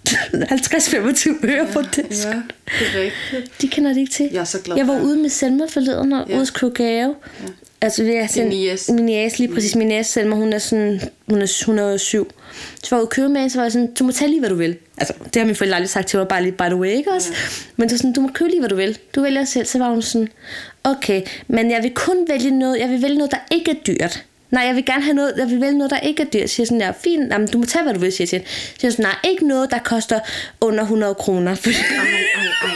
halvtreds til femogtyve øre på disk. Ja, det er rigtigt. De kender det ikke til. Jeg er så glad Jeg var for det. ude med Selma forleden og Ja. ude hos Køge Gave. Ja. Altså, vi er sådan, niece. min niece, lige præcis. Min niece Selma, hun er sådan, hun er, hun er syv. Så var jeg ude at købe med hende, så var jeg sådan, du må tage lige, hvad du vil. Altså, det har mine forældre aldrig sagt til mig, bare lige by the way, ikke også? Ja. Men det var sådan, du må købe lige, hvad du vil. Du vælger selv. Så var hun sådan, okay, men jeg vil kun vælge noget, jeg vil vælge noget, der ikke er dyrt. Nej, jeg vil gerne have noget, jeg vil vælge noget, der ikke er dyrt. Så siger sådan, ja, fint, jamen, du må tage, hvad du vil, siger jeg til hende. Så siger sådan, nej, ikke noget, der koster under hundrede kroner. Ej, ej, ej,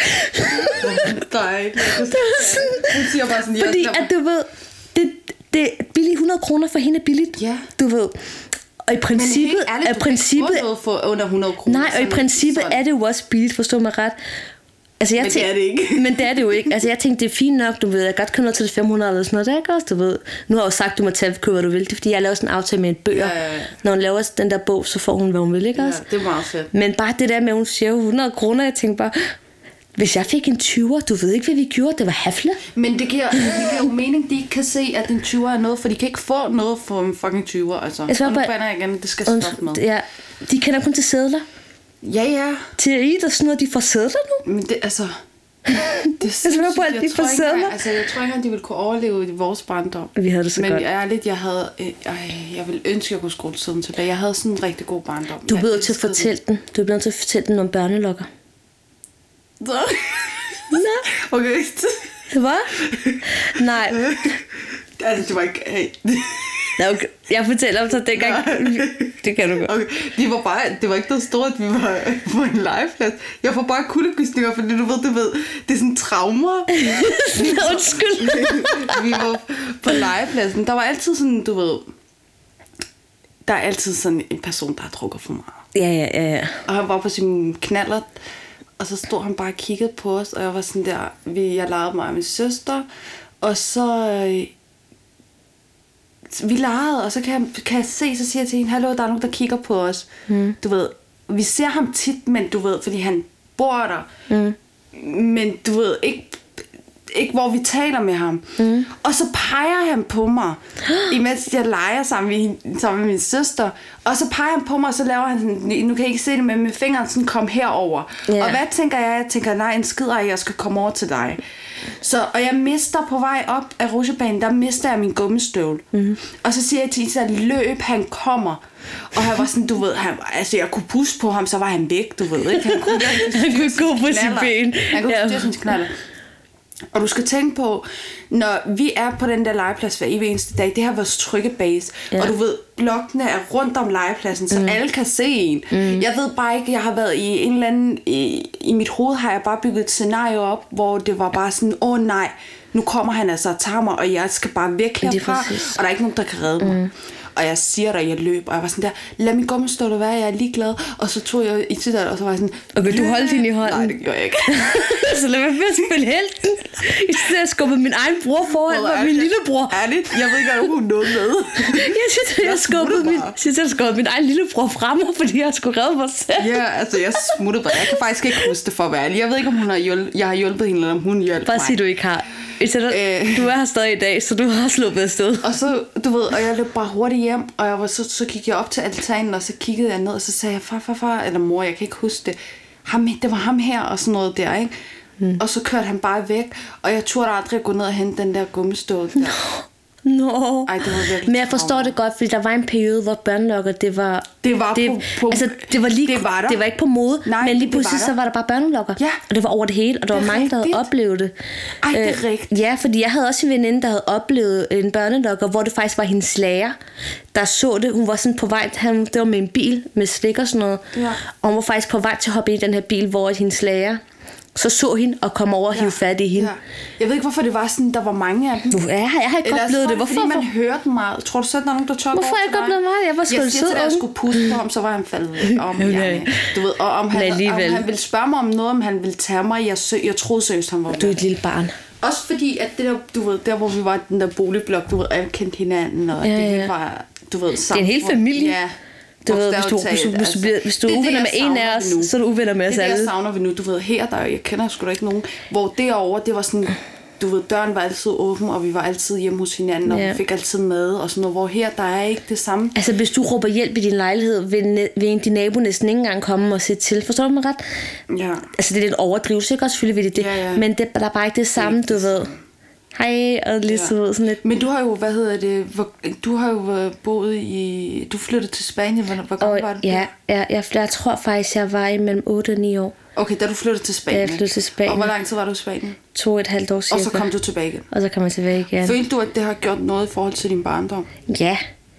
ej. Dejligt. Hun siger bare sådan, Fordi at du ved, det, det er billigt, hundrede kroner for hende er billigt. Ja. Du ved. Og i princippet men helt ærligt, er du princippet kan ikke få noget for under hundrede kroner. nej, og i princippet er det jo også billigt, forstå mig ret. Altså, jeg Men tænk, det er det ikke. Men det er det jo ikke. Altså, jeg tænkte, det er fint nok, du ved. Jeg kan godt købe noget til det fem hundrede eller sådan noget. Det er ikke også, du ved. Nu har jeg jo sagt, du må tage, købe, hvad du vil. Det er, fordi jeg laver sådan en aftale med en bøger. Ja, ja, ja. Når hun laver den der bog, så får hun, hvad hun vil, ikke Ja, også? det er meget fedt. Men bare det der med, at hun siger hundrede kroner, jeg tænkte bare, hvis jeg fik en tyver, du ved ikke, hvad vi gjorde, det var hafle. Men det giver, det giver jo mening, de ikke kan se, at en tyver er noget, for de kan ikke få noget for en fucking tyver, altså. Jeg Og nu bare- bander jeg igen, det skal Und- stoppe med. Ja, de kender kun til sædler. Ja, ja. Til at eat og sådan noget, de får sædler nu. Men det, altså... Det er svæver på, at de jeg tror får ikke, sædler. engang- altså, jeg tror ikke, at de ville kunne overleve i vores barndom. Vi havde det så Men godt. ærligt, jeg havde... Øh, ej, jeg ville ønske, at jeg kunne skrue tiden tilbage. Jeg havde sådan en rigtig god barndom. Du Jeg bliver til at elskede fortælle den. Du bliver til at fortælle den om børnelokker. det. Nå, Okay. hvad? Nej. Altså, det var ikke... Hey. Nå, okay. Jeg fortæller om så dengang. Det kan du godt. Okay, det var bare, det var ikke noget stort, at vi var på en legeplads. Jeg får bare kuldegysninger, fordi du ved, det ved, det er sådan traumer. Undskyld. Vi var på legepladsen. Der var altid sådan, du ved, der er altid sådan en person, der har drukket for meget. Ja, ja, ja, ja. Og han var på sin knallert, og så stod han bare og kiggede på os, og jeg var sådan der, vi, jeg legede mig og min søster, og så... Øh, vi legede, og så kan jeg, kan jeg se, så siger jeg til hende, hallo, der er nogen, der kigger på os. Mm. Du ved, vi ser ham tit, men du ved, fordi han bor der. Mm. Men du ved, ikke, ikke hvor vi taler med ham. Mm. Og så peger han på mig, imens jeg leger sammen med, sammen med min søster. Og så peger han på mig, og så laver han sådan, nu kan jeg ikke se det, men med fingeren sådan, kom herover. Yeah. Og hvad tænker jeg? Jeg tænker, nej, en skid, og jeg skal komme over til dig. Så, og jeg mister på vej op af rutsjebanen, der mister jeg min gummistøvle. Mm-hmm. Og så siger jeg til Isa, løb, han kommer. Og han var sådan, du ved, han, altså jeg kunne puste på ham, så var han væk, du ved ikke. Han kunne, Han kunne gå på sin ben. Han kunne Ja. styre sin knaller. Og du skal tænke på, når vi er på den der legeplads hver evig eneste dag, det her er vores trygge base. Ja. Og du ved, blokkene er rundt om legepladsen, så mm. alle kan se en. Mm. Jeg ved bare ikke, jeg har været i en eller anden... I, I mit hoved har jeg bare bygget et scenario op, hvor det var bare sådan, åh oh, nej, nu kommer han altså og tager mig, og jeg skal bare væk herfra, og der er ikke nogen, der kan redde mig. Mm. Og jeg siger dig, jeg løb, og jeg var sådan der, lad min gummistøvle være, jeg er ligeglad. Og så tog jeg i til dig, og så var jeg sådan, Okay, du holdt hende i hånden. Nej, det gjorde jeg ikke. Så lad mig med at spille helten. I stedet for at skubbe min egen bror foran mig, min lillebror. Ærligt, jeg ved ikke, om hun nåede med. Jeg synes, at jeg skubbede min, jeg synes, jeg skubbede min egen lillebror frem, fordi jeg skulle redde mig selv. Ja, altså jeg smuttede bare. Jeg kan faktisk ikke huske det for at være ærlig. Jeg ved ikke, om hun har hjulpet, jeg har hjulpet hende, eller om hun hjalp Bare mig. sig, du ikke har. Øh. Du er her stadig i dag, så du har sluppet afsted. Og så, du ved, og jeg løb bare hurtigt hjem, og jeg var, så, så gik jeg op til altanen, og så kiggede jeg ned, og så sagde jeg, far, far, far, eller mor, jeg kan ikke huske det. Ham, det var ham her, og sådan noget der, ikke? Mm. Og så kørte han bare væk, og jeg turde aldrig gå ned og hente den der gummistøvle der. Nå. Ej, det var virkelig Men jeg forstår trauma. det godt, fordi der var en periode, hvor børnelokker, det var... Det var på- på- altså, det var lige, det var der. det var ikke på mode, Nej, men lige det var pludselig der. så var der bare børnelokker. Ja. Og det var over det hele, og der Det var er mange, der havde rigtigt. oplevet det. Ej, det er rigtigt. Ja, fordi jeg havde også en veninde, der havde oplevet en børnelokker, hvor det faktisk var hendes lærer, der så det. Hun var sådan på vej, han, det var med en bil med slik og sådan noget. Ja. Og hun var faktisk på vej til at hoppe ind i den her bil, hvor hendes lærer så så hende og kom over og hive fat i hende. Ja. Jeg ved ikke, hvorfor det var sådan, der var mange af dem. Du, ja, jeg har ikke Eller oplevet så det. var Hvorfor? fordi man hørte meget. Tror du så, at der er nogen, der tør Hvorfor har jeg ikke oplevet meget? Jeg var sgu Jeg en siger sød til dig, at jeg unge. skulle puste på ham, så var han faldet væk om. Okay. Ja, du ved, og om han, Men om alligevel. han ville spørge mig om noget, om han ville tage mig. Jeg, sø, jeg troede seriøst, han var Du er et lille barn. Også fordi, at det der, du ved, der hvor vi var i den der boligblok, du ved, alle kendte hinanden, og Ja, det ja. vi var, du ved, Det er en hel familie. Ja. Du ved, hvis du, bogstaveligt hvis du, hvis du, bliver, hvis du er Det er det, uvenner jeg med en af savner os, nu. så er du uvenner med os Det er det, jeg alle. savner vi nu. Du ved, her, der, jeg kender sgu da ikke nogen, hvor derovre, det var sådan, du ved, døren var altid åben, og vi var altid hjemme hos hinanden, og Ja. vi fik altid mad og sådan noget, hvor her, der er ikke det samme. Altså, hvis du råber hjælp i din lejlighed, vil, vil en din nabo næsten ikke engang komme og se til. Forstår du mig ret? Ja. Altså, det er lidt overdrivelse, ikke? Og selvfølgelig vil det det. Ja, ja. Men det, der er bare ikke det samme, ikke du det ved. Hej, og lige så ja. Sådan lidt. Men du har jo, hvad hedder det, hvor, du har jo boet i, du flyttede til Spanien, hvor, hvor gammel var du? Ja, ja jeg, jeg tror faktisk, jeg var i mellem otte og ni år. Okay, da du flyttede til Spanien. Ja, jeg flyttede til Spanien. Og hvor lang tid var du i Spanien? To og et halvt år cirka. Og så kom du tilbage igen. Og så kom jeg tilbage igen. Følte du, at det har gjort noget i forhold til din barndom? Ja.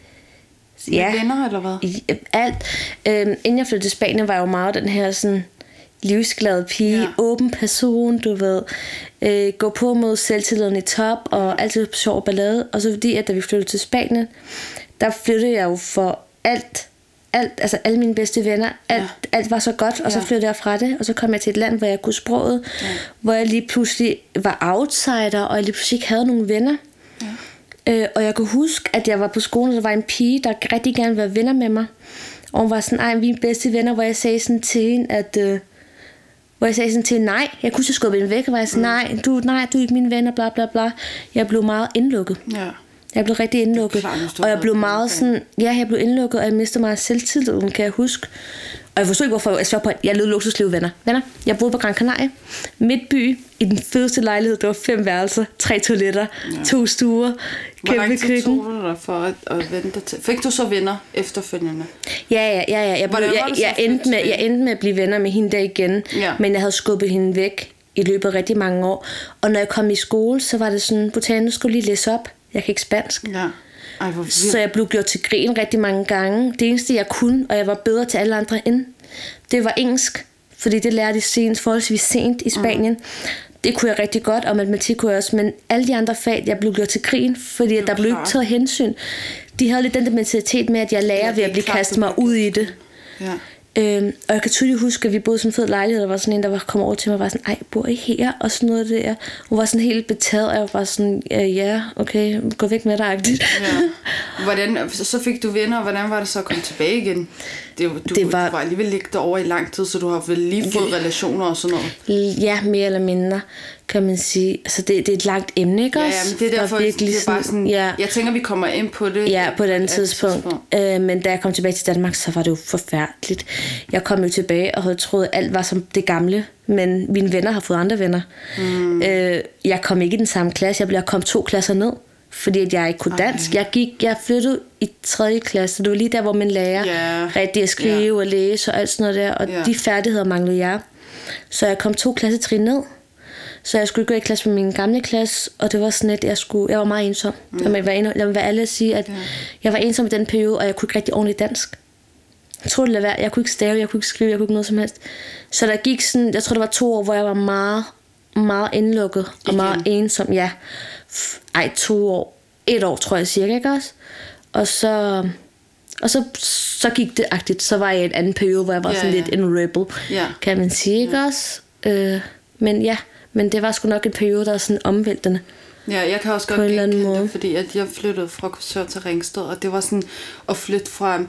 Ja. Med venner, eller hvad? I, alt. Øhm, inden jeg flyttede til Spanien, var jeg jo meget den her sådan livsglade pige, Ja. åben person, du ved, øh, gå på mod selvtilliden i top, og altid på sjov og ballade. Og så fordi, at da vi flyttede til Spanien, der flyttede jeg jo for alt, alt, altså alle mine bedste venner, alt, ja. alt var så godt, og så Ja. flyttede jeg fra det, og så kom jeg til et land, hvor jeg kunne sproget, ja. hvor jeg lige pludselig var outsider, og jeg lige pludselig ikke havde nogen venner. Ja. Øh, og jeg kunne huske, at jeg var på skolen, og der var en pige, der rigtig gerne ville være venner med mig. Og hun var sådan, ej, vi er bedste venner, hvor jeg sagde sådan til hende, at... Øh, hvor jeg sagde sådan til hende, nej, jeg kunne så skubbe hende væk, og var jeg sådan, nej, du, nej, du er ikke min ven, og bla bla bla. Jeg blev meget indlukket. Ja. Jeg blev rigtig indlukket. Klar, og jeg blev meget sådan, ja, jeg blev indlukket, og jeg mistede meget selvtilliden, kan jeg huske. Og jeg forstod ikke, hvorfor jeg svær på, at jeg levede luksusliv, venner. Venner, jeg boede på Gran Canaria, midtby, i den fedeste lejlighed. Der var fem værelser, tre toiletter, ja. to stuer, Hvor kæmpe lang tid køkken. tog du dig for at, at vente til? Fik du så venner efterfølgende? Ja, ja, ja, ja. Jeg, blev, Hvordan var jeg, det så jeg, endte med, jeg endte med at blive venner med hende der igen, Ja. men jeg havde skubbet hende væk i løbet af rigtig mange år. Og når jeg kom i skole, så var det sådan, Botane, nu skulle du lige læse op. Jeg kan ikke spansk. Ja. Ej, hvor vildt. Så jeg blev gjort til grin rigtig mange gange. Det eneste, jeg kunne, og jeg var bedre til alle andre end, det var engelsk. Fordi det lærte jeg sent, forholdsvis sent i Spanien. Mm. Det kunne jeg rigtig godt, og matematik kunne jeg også. Men alle de andre fag, jeg blev gjort til grin, fordi der blev ikke taget hensyn. De havde lidt den der mentalitet med, at jeg lærer Ja, ved det at er blive klart, kastet det mig bliver ud i det. Ja. Øhm, og jeg kan tydeligt huske, at vi boede i sådan en fed lejlighed. Der var sådan en, der var kom over til mig og var sådan, ej, bor I her? Og sådan noget der. Hun var sådan helt betaget, og jeg var sådan, øh, ja, okay, gå væk med dig-agtigt. Ja. Hvordan, så fik du venner, og hvordan var det så at komme tilbage igen? Det, du, Det var- du var alligevel ligget derovre i lang tid, så du har vel lige fået relationer og sådan noget. Ja, mere eller mindre, kan man sige. Altså, det, det er et langt emne, ikke Ja, også? ja, men det er Der derfor, virkelig det er bare sådan, ja, jeg tænker, vi kommer ind på det. ja, på et andet tidspunkt. Øh, men da jeg kom tilbage til Danmark, så var det jo forfærdeligt. Jeg kom jo tilbage og havde troet, at alt var som det gamle. Men mine venner har fået andre venner. Mm. Øh, jeg kom ikke i den samme klasse. Jeg blev kom to klasser ned, fordi at jeg ikke kunne dansk. Jeg gik, jeg flyttede i tredje klasse. Det var lige der, hvor man lærer Yeah. rigtig at skrive Yeah. og læse og alt sådan noget der. Og Yeah. de færdigheder manglede jeg. Så jeg kom to klassetrin ned. Så jeg skulle gå i klasse med min gamle klasse, og det var sådan, at jeg, skulle, jeg var meget ensom. Mm. Lad mig være, lad mig være ærlig at sige, at Yeah. jeg var ensom i den periode, og jeg kunne ikke rigtig ordentligt dansk. Jeg tror det lade være. Jeg kunne ikke stave, jeg kunne ikke skrive, jeg kunne ikke noget som helst. Så der gik sådan, jeg tror det var to år, hvor jeg var meget, meget indlukket og Igen. meget ensom. Ja, F- ej to år, et år tror jeg cirka, ikke også? Og så, og så, så gik det agtigt. Så var jeg i en anden periode, hvor jeg var Ja, sådan ja. lidt en rebel, Ja. kan man sige, ikke også? Øh, men ja, men det var sgu nok en periode, der var sådan omvæltende. Ja, jeg kan også På godt en eller anden genkende måde. det, fordi at jeg flyttede fra Korsør til Ringsted, og det var sådan at flytte fra...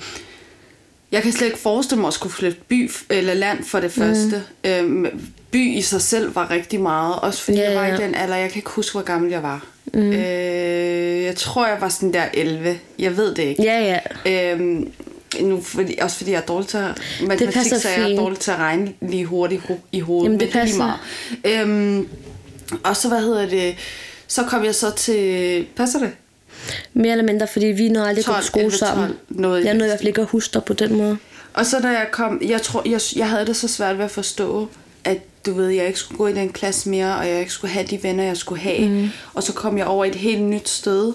Jeg kan slet ikke forestille mig at skulle flytte by eller land for det første. Mm. Øhm, by i sig selv var rigtig meget, også fordi Ja, jeg var ja. i den alder, jeg kan ikke huske, hvor gammel jeg var. Mm. Øh, jeg tror, jeg var sådan der elleve. Jeg ved det ikke. Ja, ja. Øhm, nu, fordi, også fordi jeg er dårlig til at matematik, passer så jeg er fint. dårlig til at regne lige hurtigt ho- i hovedet. Jamen, det men lige passer. meget. Øhm, og så, hvad hedder det, så kom jeg så til, passer det? Mere eller mindre, fordi vi nåede aldrig at gå på tolv, skole elleve, sammen. tolv, noget i Jeg den nåede i hvert fald ikke at huske dig på den måde. Og så da jeg kom, jeg tror, jeg, jeg havde det så svært ved at forstå, at du ved, jeg ikke skulle gå i den klasse mere, og jeg ikke skulle have de venner, jeg skulle have. Mm. Og så kom jeg over et helt nyt sted,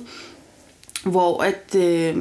hvor at, øh,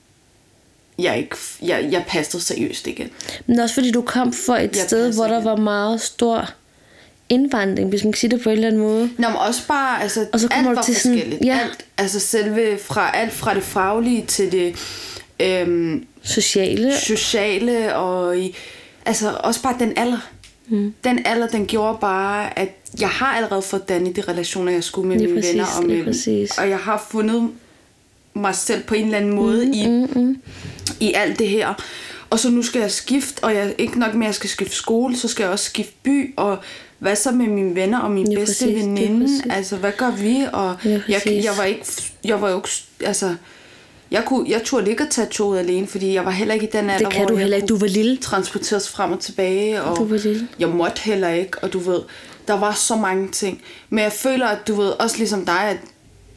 jeg, ikke, jeg, jeg passede seriøst igen. Men også fordi du kom fra et Jeg sted, passer hvor der igen. var meget stor indvandring, hvis man kan sige det på en eller anden måde. Nå, men også bare, altså, Og så kommer alt du var til sådan- forskelligt. ja. Alt, altså selve, fra, alt fra det faglige til det øhm, Sociale. sociale, og i, altså også bare den alder. Mm. Den alder, den gjorde bare, at jeg har allerede fået dannet de relationer, jeg skulle med Lige mine præcis, venner. Og, lige med, præcis. og jeg har fundet mig selv på en eller anden måde mm, i, Mm, mm. i alt det her. Og så nu skal jeg skifte, og jeg ikke nok med, at jeg skal skifte skole, så skal jeg også skifte by, og hvad så med mine venner og min ja, bedste præcis, veninde? Altså, hvad gør vi? Og ja, jeg, jeg var ikke, jeg var jo ikke, altså, jeg, kunne, jeg turde ikke at tage toget alene, fordi jeg var heller ikke i den alder, det kan hvor du jeg heller ikke. Du var lille. transporteres frem og tilbage, og Du var lille. jeg måtte heller ikke, og du ved, der var så mange ting. Men jeg føler, at du ved, også ligesom dig, at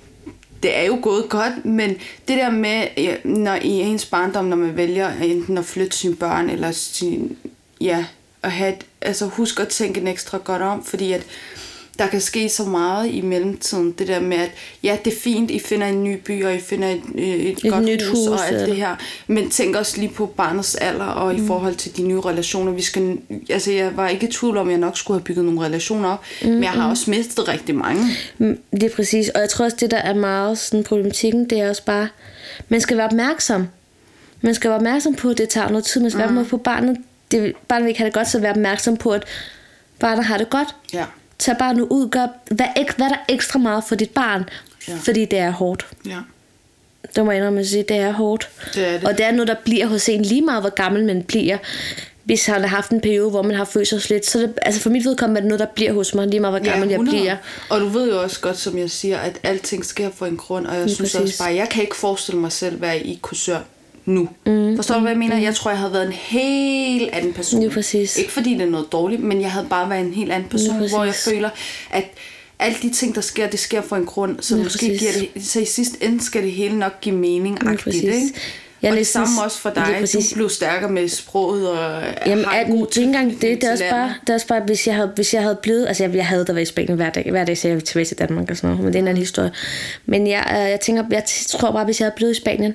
det er jo gået godt, men det der med, når i ens barndom, når man vælger enten at flytte sine børn, eller sin, ja, at have et, altså husk at tænke en ekstra godt om, fordi at der kan ske så meget i mellemtiden. Det der med, at ja, det er fint, I finder en ny by, og I finder et, et, et godt nyt hus, hus og alt eller? det her. Men tænk også lige på barnets alder, og mm. i forhold til de nye relationer. Vi skal, altså jeg var ikke i tvivl om, at jeg nok skulle have bygget nogle relationer op, mm, men jeg har mm. også mistet rigtig mange. Det er præcis, og jeg tror også, det der er meget sådan problematikken, det er også bare, man skal være opmærksom. Man skal være opmærksom på, at det tager noget tid. Man skal mm. være på barnet. Det, barnet vil ikke have det godt, så være opmærksom på, at barnet har det godt. Ja. Tag barnet ud, gør, hvad, hvad er der ekstra meget for dit barn, ja. fordi det er hårdt. Ja. Det må jeg indrømme at sige, det er hårdt. Det er det. Og det er noget, der bliver hos en lige meget, hvor gammel man bliver. Hvis man har haft en periode, hvor man har følt sig lidt, så det, altså for mit vedkommende er det noget, der bliver hos mig, lige meget hvor gammel ja, jeg bliver. Og du ved jo også godt, som jeg siger, at alting sker for en grund, og jeg lige synes præcis. også bare, jeg kan ikke forestille mig selv være i kursør nu. Mm, Forstår du, hvad jeg mener? Mm. Jeg tror, jeg havde været en helt anden person. Lige præcis. Ikke fordi det er noget dårligt, men jeg havde bare været en helt anden person, hvor jeg føler, at alle de ting, der sker, det sker for en grund, så lige måske præcis. giver det, så i sidste ende skal det hele nok give mening-agtigt, ikke? Jeg og det samme også for dig, du blev stærkere med sproget og jamen, har en god tilknytning det, det, det er også bare, det er også bare, hvis jeg havde, hvis jeg havde blevet, altså jeg, jeg havde der været i Spanien hver dag, hver dag så jeg ville tilbage til Danmark og sådan noget, men det er en anden historie. Men jeg, jeg tænker, jeg tror bare, hvis jeg havde blevet i Spanien,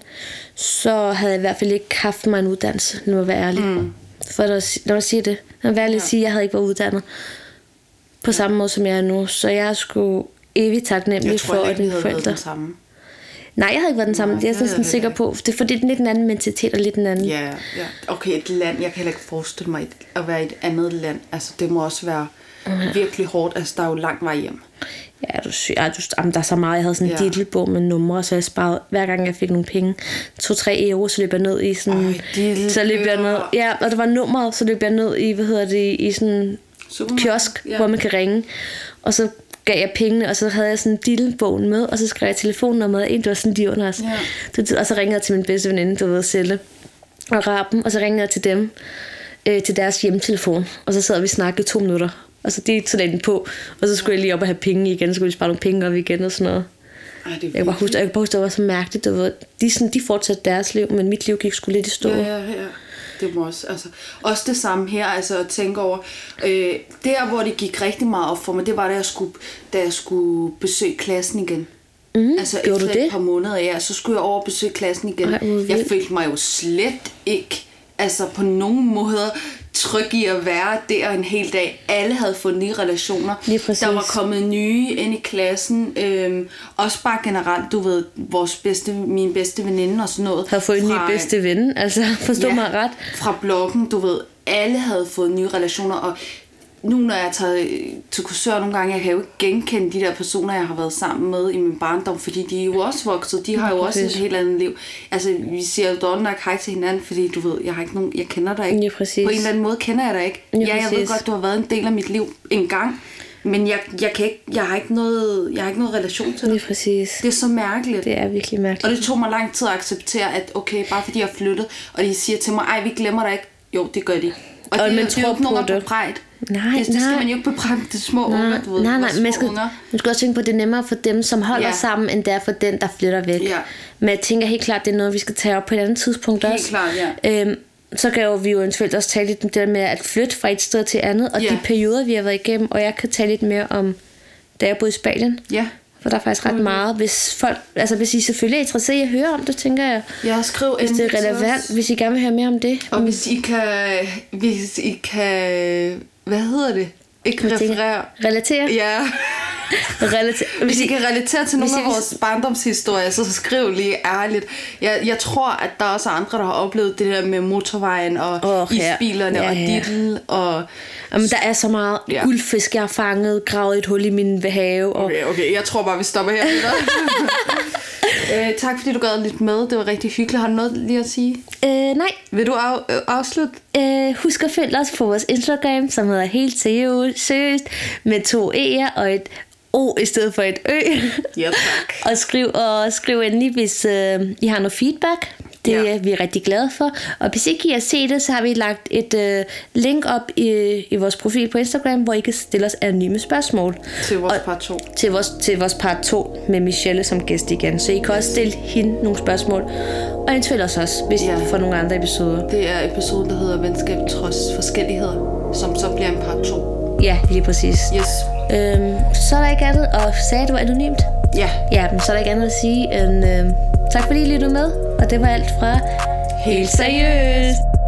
så havde jeg i hvert fald ikke haft mig en uddannelse, når jeg var ærlig. Mm. For at, når jeg siger det, når jeg ærlig ja. sige, at jeg havde ikke været uddannet på samme måde, som jeg er nu, så jeg er sgu evigt taknemmelig for, at mine forældre. Nej, jeg havde ikke været den samme. Nej, det er jeg sådan sikker på. Det er fordi, det er lidt en anden mentalitet og lidt en anden. Ja, ja. Okay, et land. Jeg kan heller ikke forestille mig at være i et andet land. Altså, det må også være ja. virkelig hårdt. Altså, der er jo lang vej hjem. Ja, du, ja, du, jamen, der er så meget. Jeg havde sådan en ja. dittelbog med numre, så jeg sparede, hver gang jeg fik nogle penge, to-tre euro, så løb jeg ned i sådan... Øj, så løb jeg ned... Ja, og det var nummeret, så løb jeg ned i, hvad hedder det, i sådan en kiosk, ja. hvor man kan ringe. Og så gav jeg pengene, og så havde jeg sådan dilbogen med, og så skrev jeg telefonnummeret ind, det var sådan de under os. Ja. Og så ringede jeg til min bedste veninde, du ved, Selle, og Raben, og så ringede jeg til dem, øh, til deres hjemtelefon, og så sad vi og snakkede to minutter, og så de så den på, og så skulle jeg lige op og have penge igen, så skulle vi spare nogle penge op igen og sådan noget. Ej, jeg kan bare huske, jeg kan bare huske, det var så mærkeligt, du ved, de, sådan, de fortsatte deres liv, men mit liv gik sgu lidt i stå. Ja, ja, ja. Det må også, altså, også det samme her, altså at tænke over, øh, der hvor det gik rigtig meget op for mig, det var da jeg skulle, da jeg skulle besøge klassen igen. Mm, altså efter et par måneder, ja, så skulle jeg over og besøge klassen igen. Ej, jeg følte mig jo slet ikke, altså på nogen måder tryg i at være der en hel dag. Alle havde fået nye relationer. Der var kommet nye ind i klassen. Øhm, også bare generelt, du ved, vores bedste, min bedste veninde og sådan noget. Har fået en ny bedste ven, altså forstå ja, mig ret. Fra bloggen, du ved, alle havde fået nye relationer, og nu når jeg tager til kursør nogle gange, jeg kan jo ikke genkende de der personer, jeg har været sammen med i min barndom, fordi de er jo også vokset, de har jo også et helt andet liv. Altså, vi siger jo dårligt nok hej til hinanden, fordi du ved, jeg har ikke nogen, jeg kender dig ikke. Ja, på en eller anden måde kender jeg dig ikke. Ja, ja, jeg ved godt, du har været en del af mit liv en gang, men jeg, jeg, kan ikke, jeg, har ikke noget, jeg har ikke noget relation til det. Ja, præcis. Det er så mærkeligt. Det er virkelig mærkeligt. Og det tog mig lang tid at acceptere, at okay, bare fordi jeg er flyttet, og de siger til mig, ej, vi glemmer dig ikke. Jo, det gør de. Og, og det, man det er jo ikke nogen at bebrejde. Nej, det, det skal man jo ikke bebrejde de små nej, unger, du ved. Nej, nej, man skal, man skal også tænke på, at det er nemmere for dem, som holder ja. sammen, end det er for den, der flytter væk. Ja. Men jeg tænker helt klart, det er noget, vi skal tage op på et andet tidspunkt helt også. Helt klart, ja. Øhm, så kan jo vi jo eventuelt også tale lidt om det med at flytte fra et sted til andet, og ja. de perioder, vi har været igennem, og jeg kan tale lidt mere om, da jeg boede i Spanien. Ja. For der er faktisk ret meget. Hvis folk, altså hvis I selvfølgelig er interesseret i at høre om det, tænker jeg. Ja, skriv hvis det er relevant, hvis I gerne vil høre mere om det. Og hvis I kan, hvis I kan, hvad hedder det? Ikke referere. Relatere. Ja. Relater. Hvis I kan relatere til nogle af vores barndomshistorier, så skriv lige ærligt. Jeg, jeg tror, at der er også andre, der har oplevet det der med motorvejen og oh, isbilerne ja. Ja, ja. og dittel. Og jamen, der er så meget ja. guldfisk, jeg har fanget, gravet et hul i min have. Og okay, okay, jeg tror bare, vi stopper her. Øh, tak fordi du gad lidt med. Det var rigtig hyggeligt. Har du noget lige at sige? Øh, nej. Vil du af, øh, afslutte? Øh, husk at følge os på vores Instagram, som hedder Helt Seriøst, med to E'er og et O i stedet for et Ø. Ja, tak. Og skriv, og skriv endelig, hvis øh, I har noget feedback. Det Ja. er vi er rigtig glade for. Og hvis ikke I har set det, så har vi lagt et øh, link op i, i vores profil på Instagram, hvor I kan stille os anonyme spørgsmål. Til vores Og- part to. Til vores, til vores part to med Michelle som gæst igen. Så I kan også stille hende nogle spørgsmål. Og eventuelt også os, hvis Ja. I får nogle andre episoder. Det er episoden, der hedder Venskab trods forskelligheder, som så bliver en part to. Ja, lige præcis. Yes. Øhm, så er der ikke andet, og sagde du anonymt? Ja. Ja, men så er der ikke andet at sige end øh, tak fordi I lyttede med, og det var alt fra Helt Seriøst.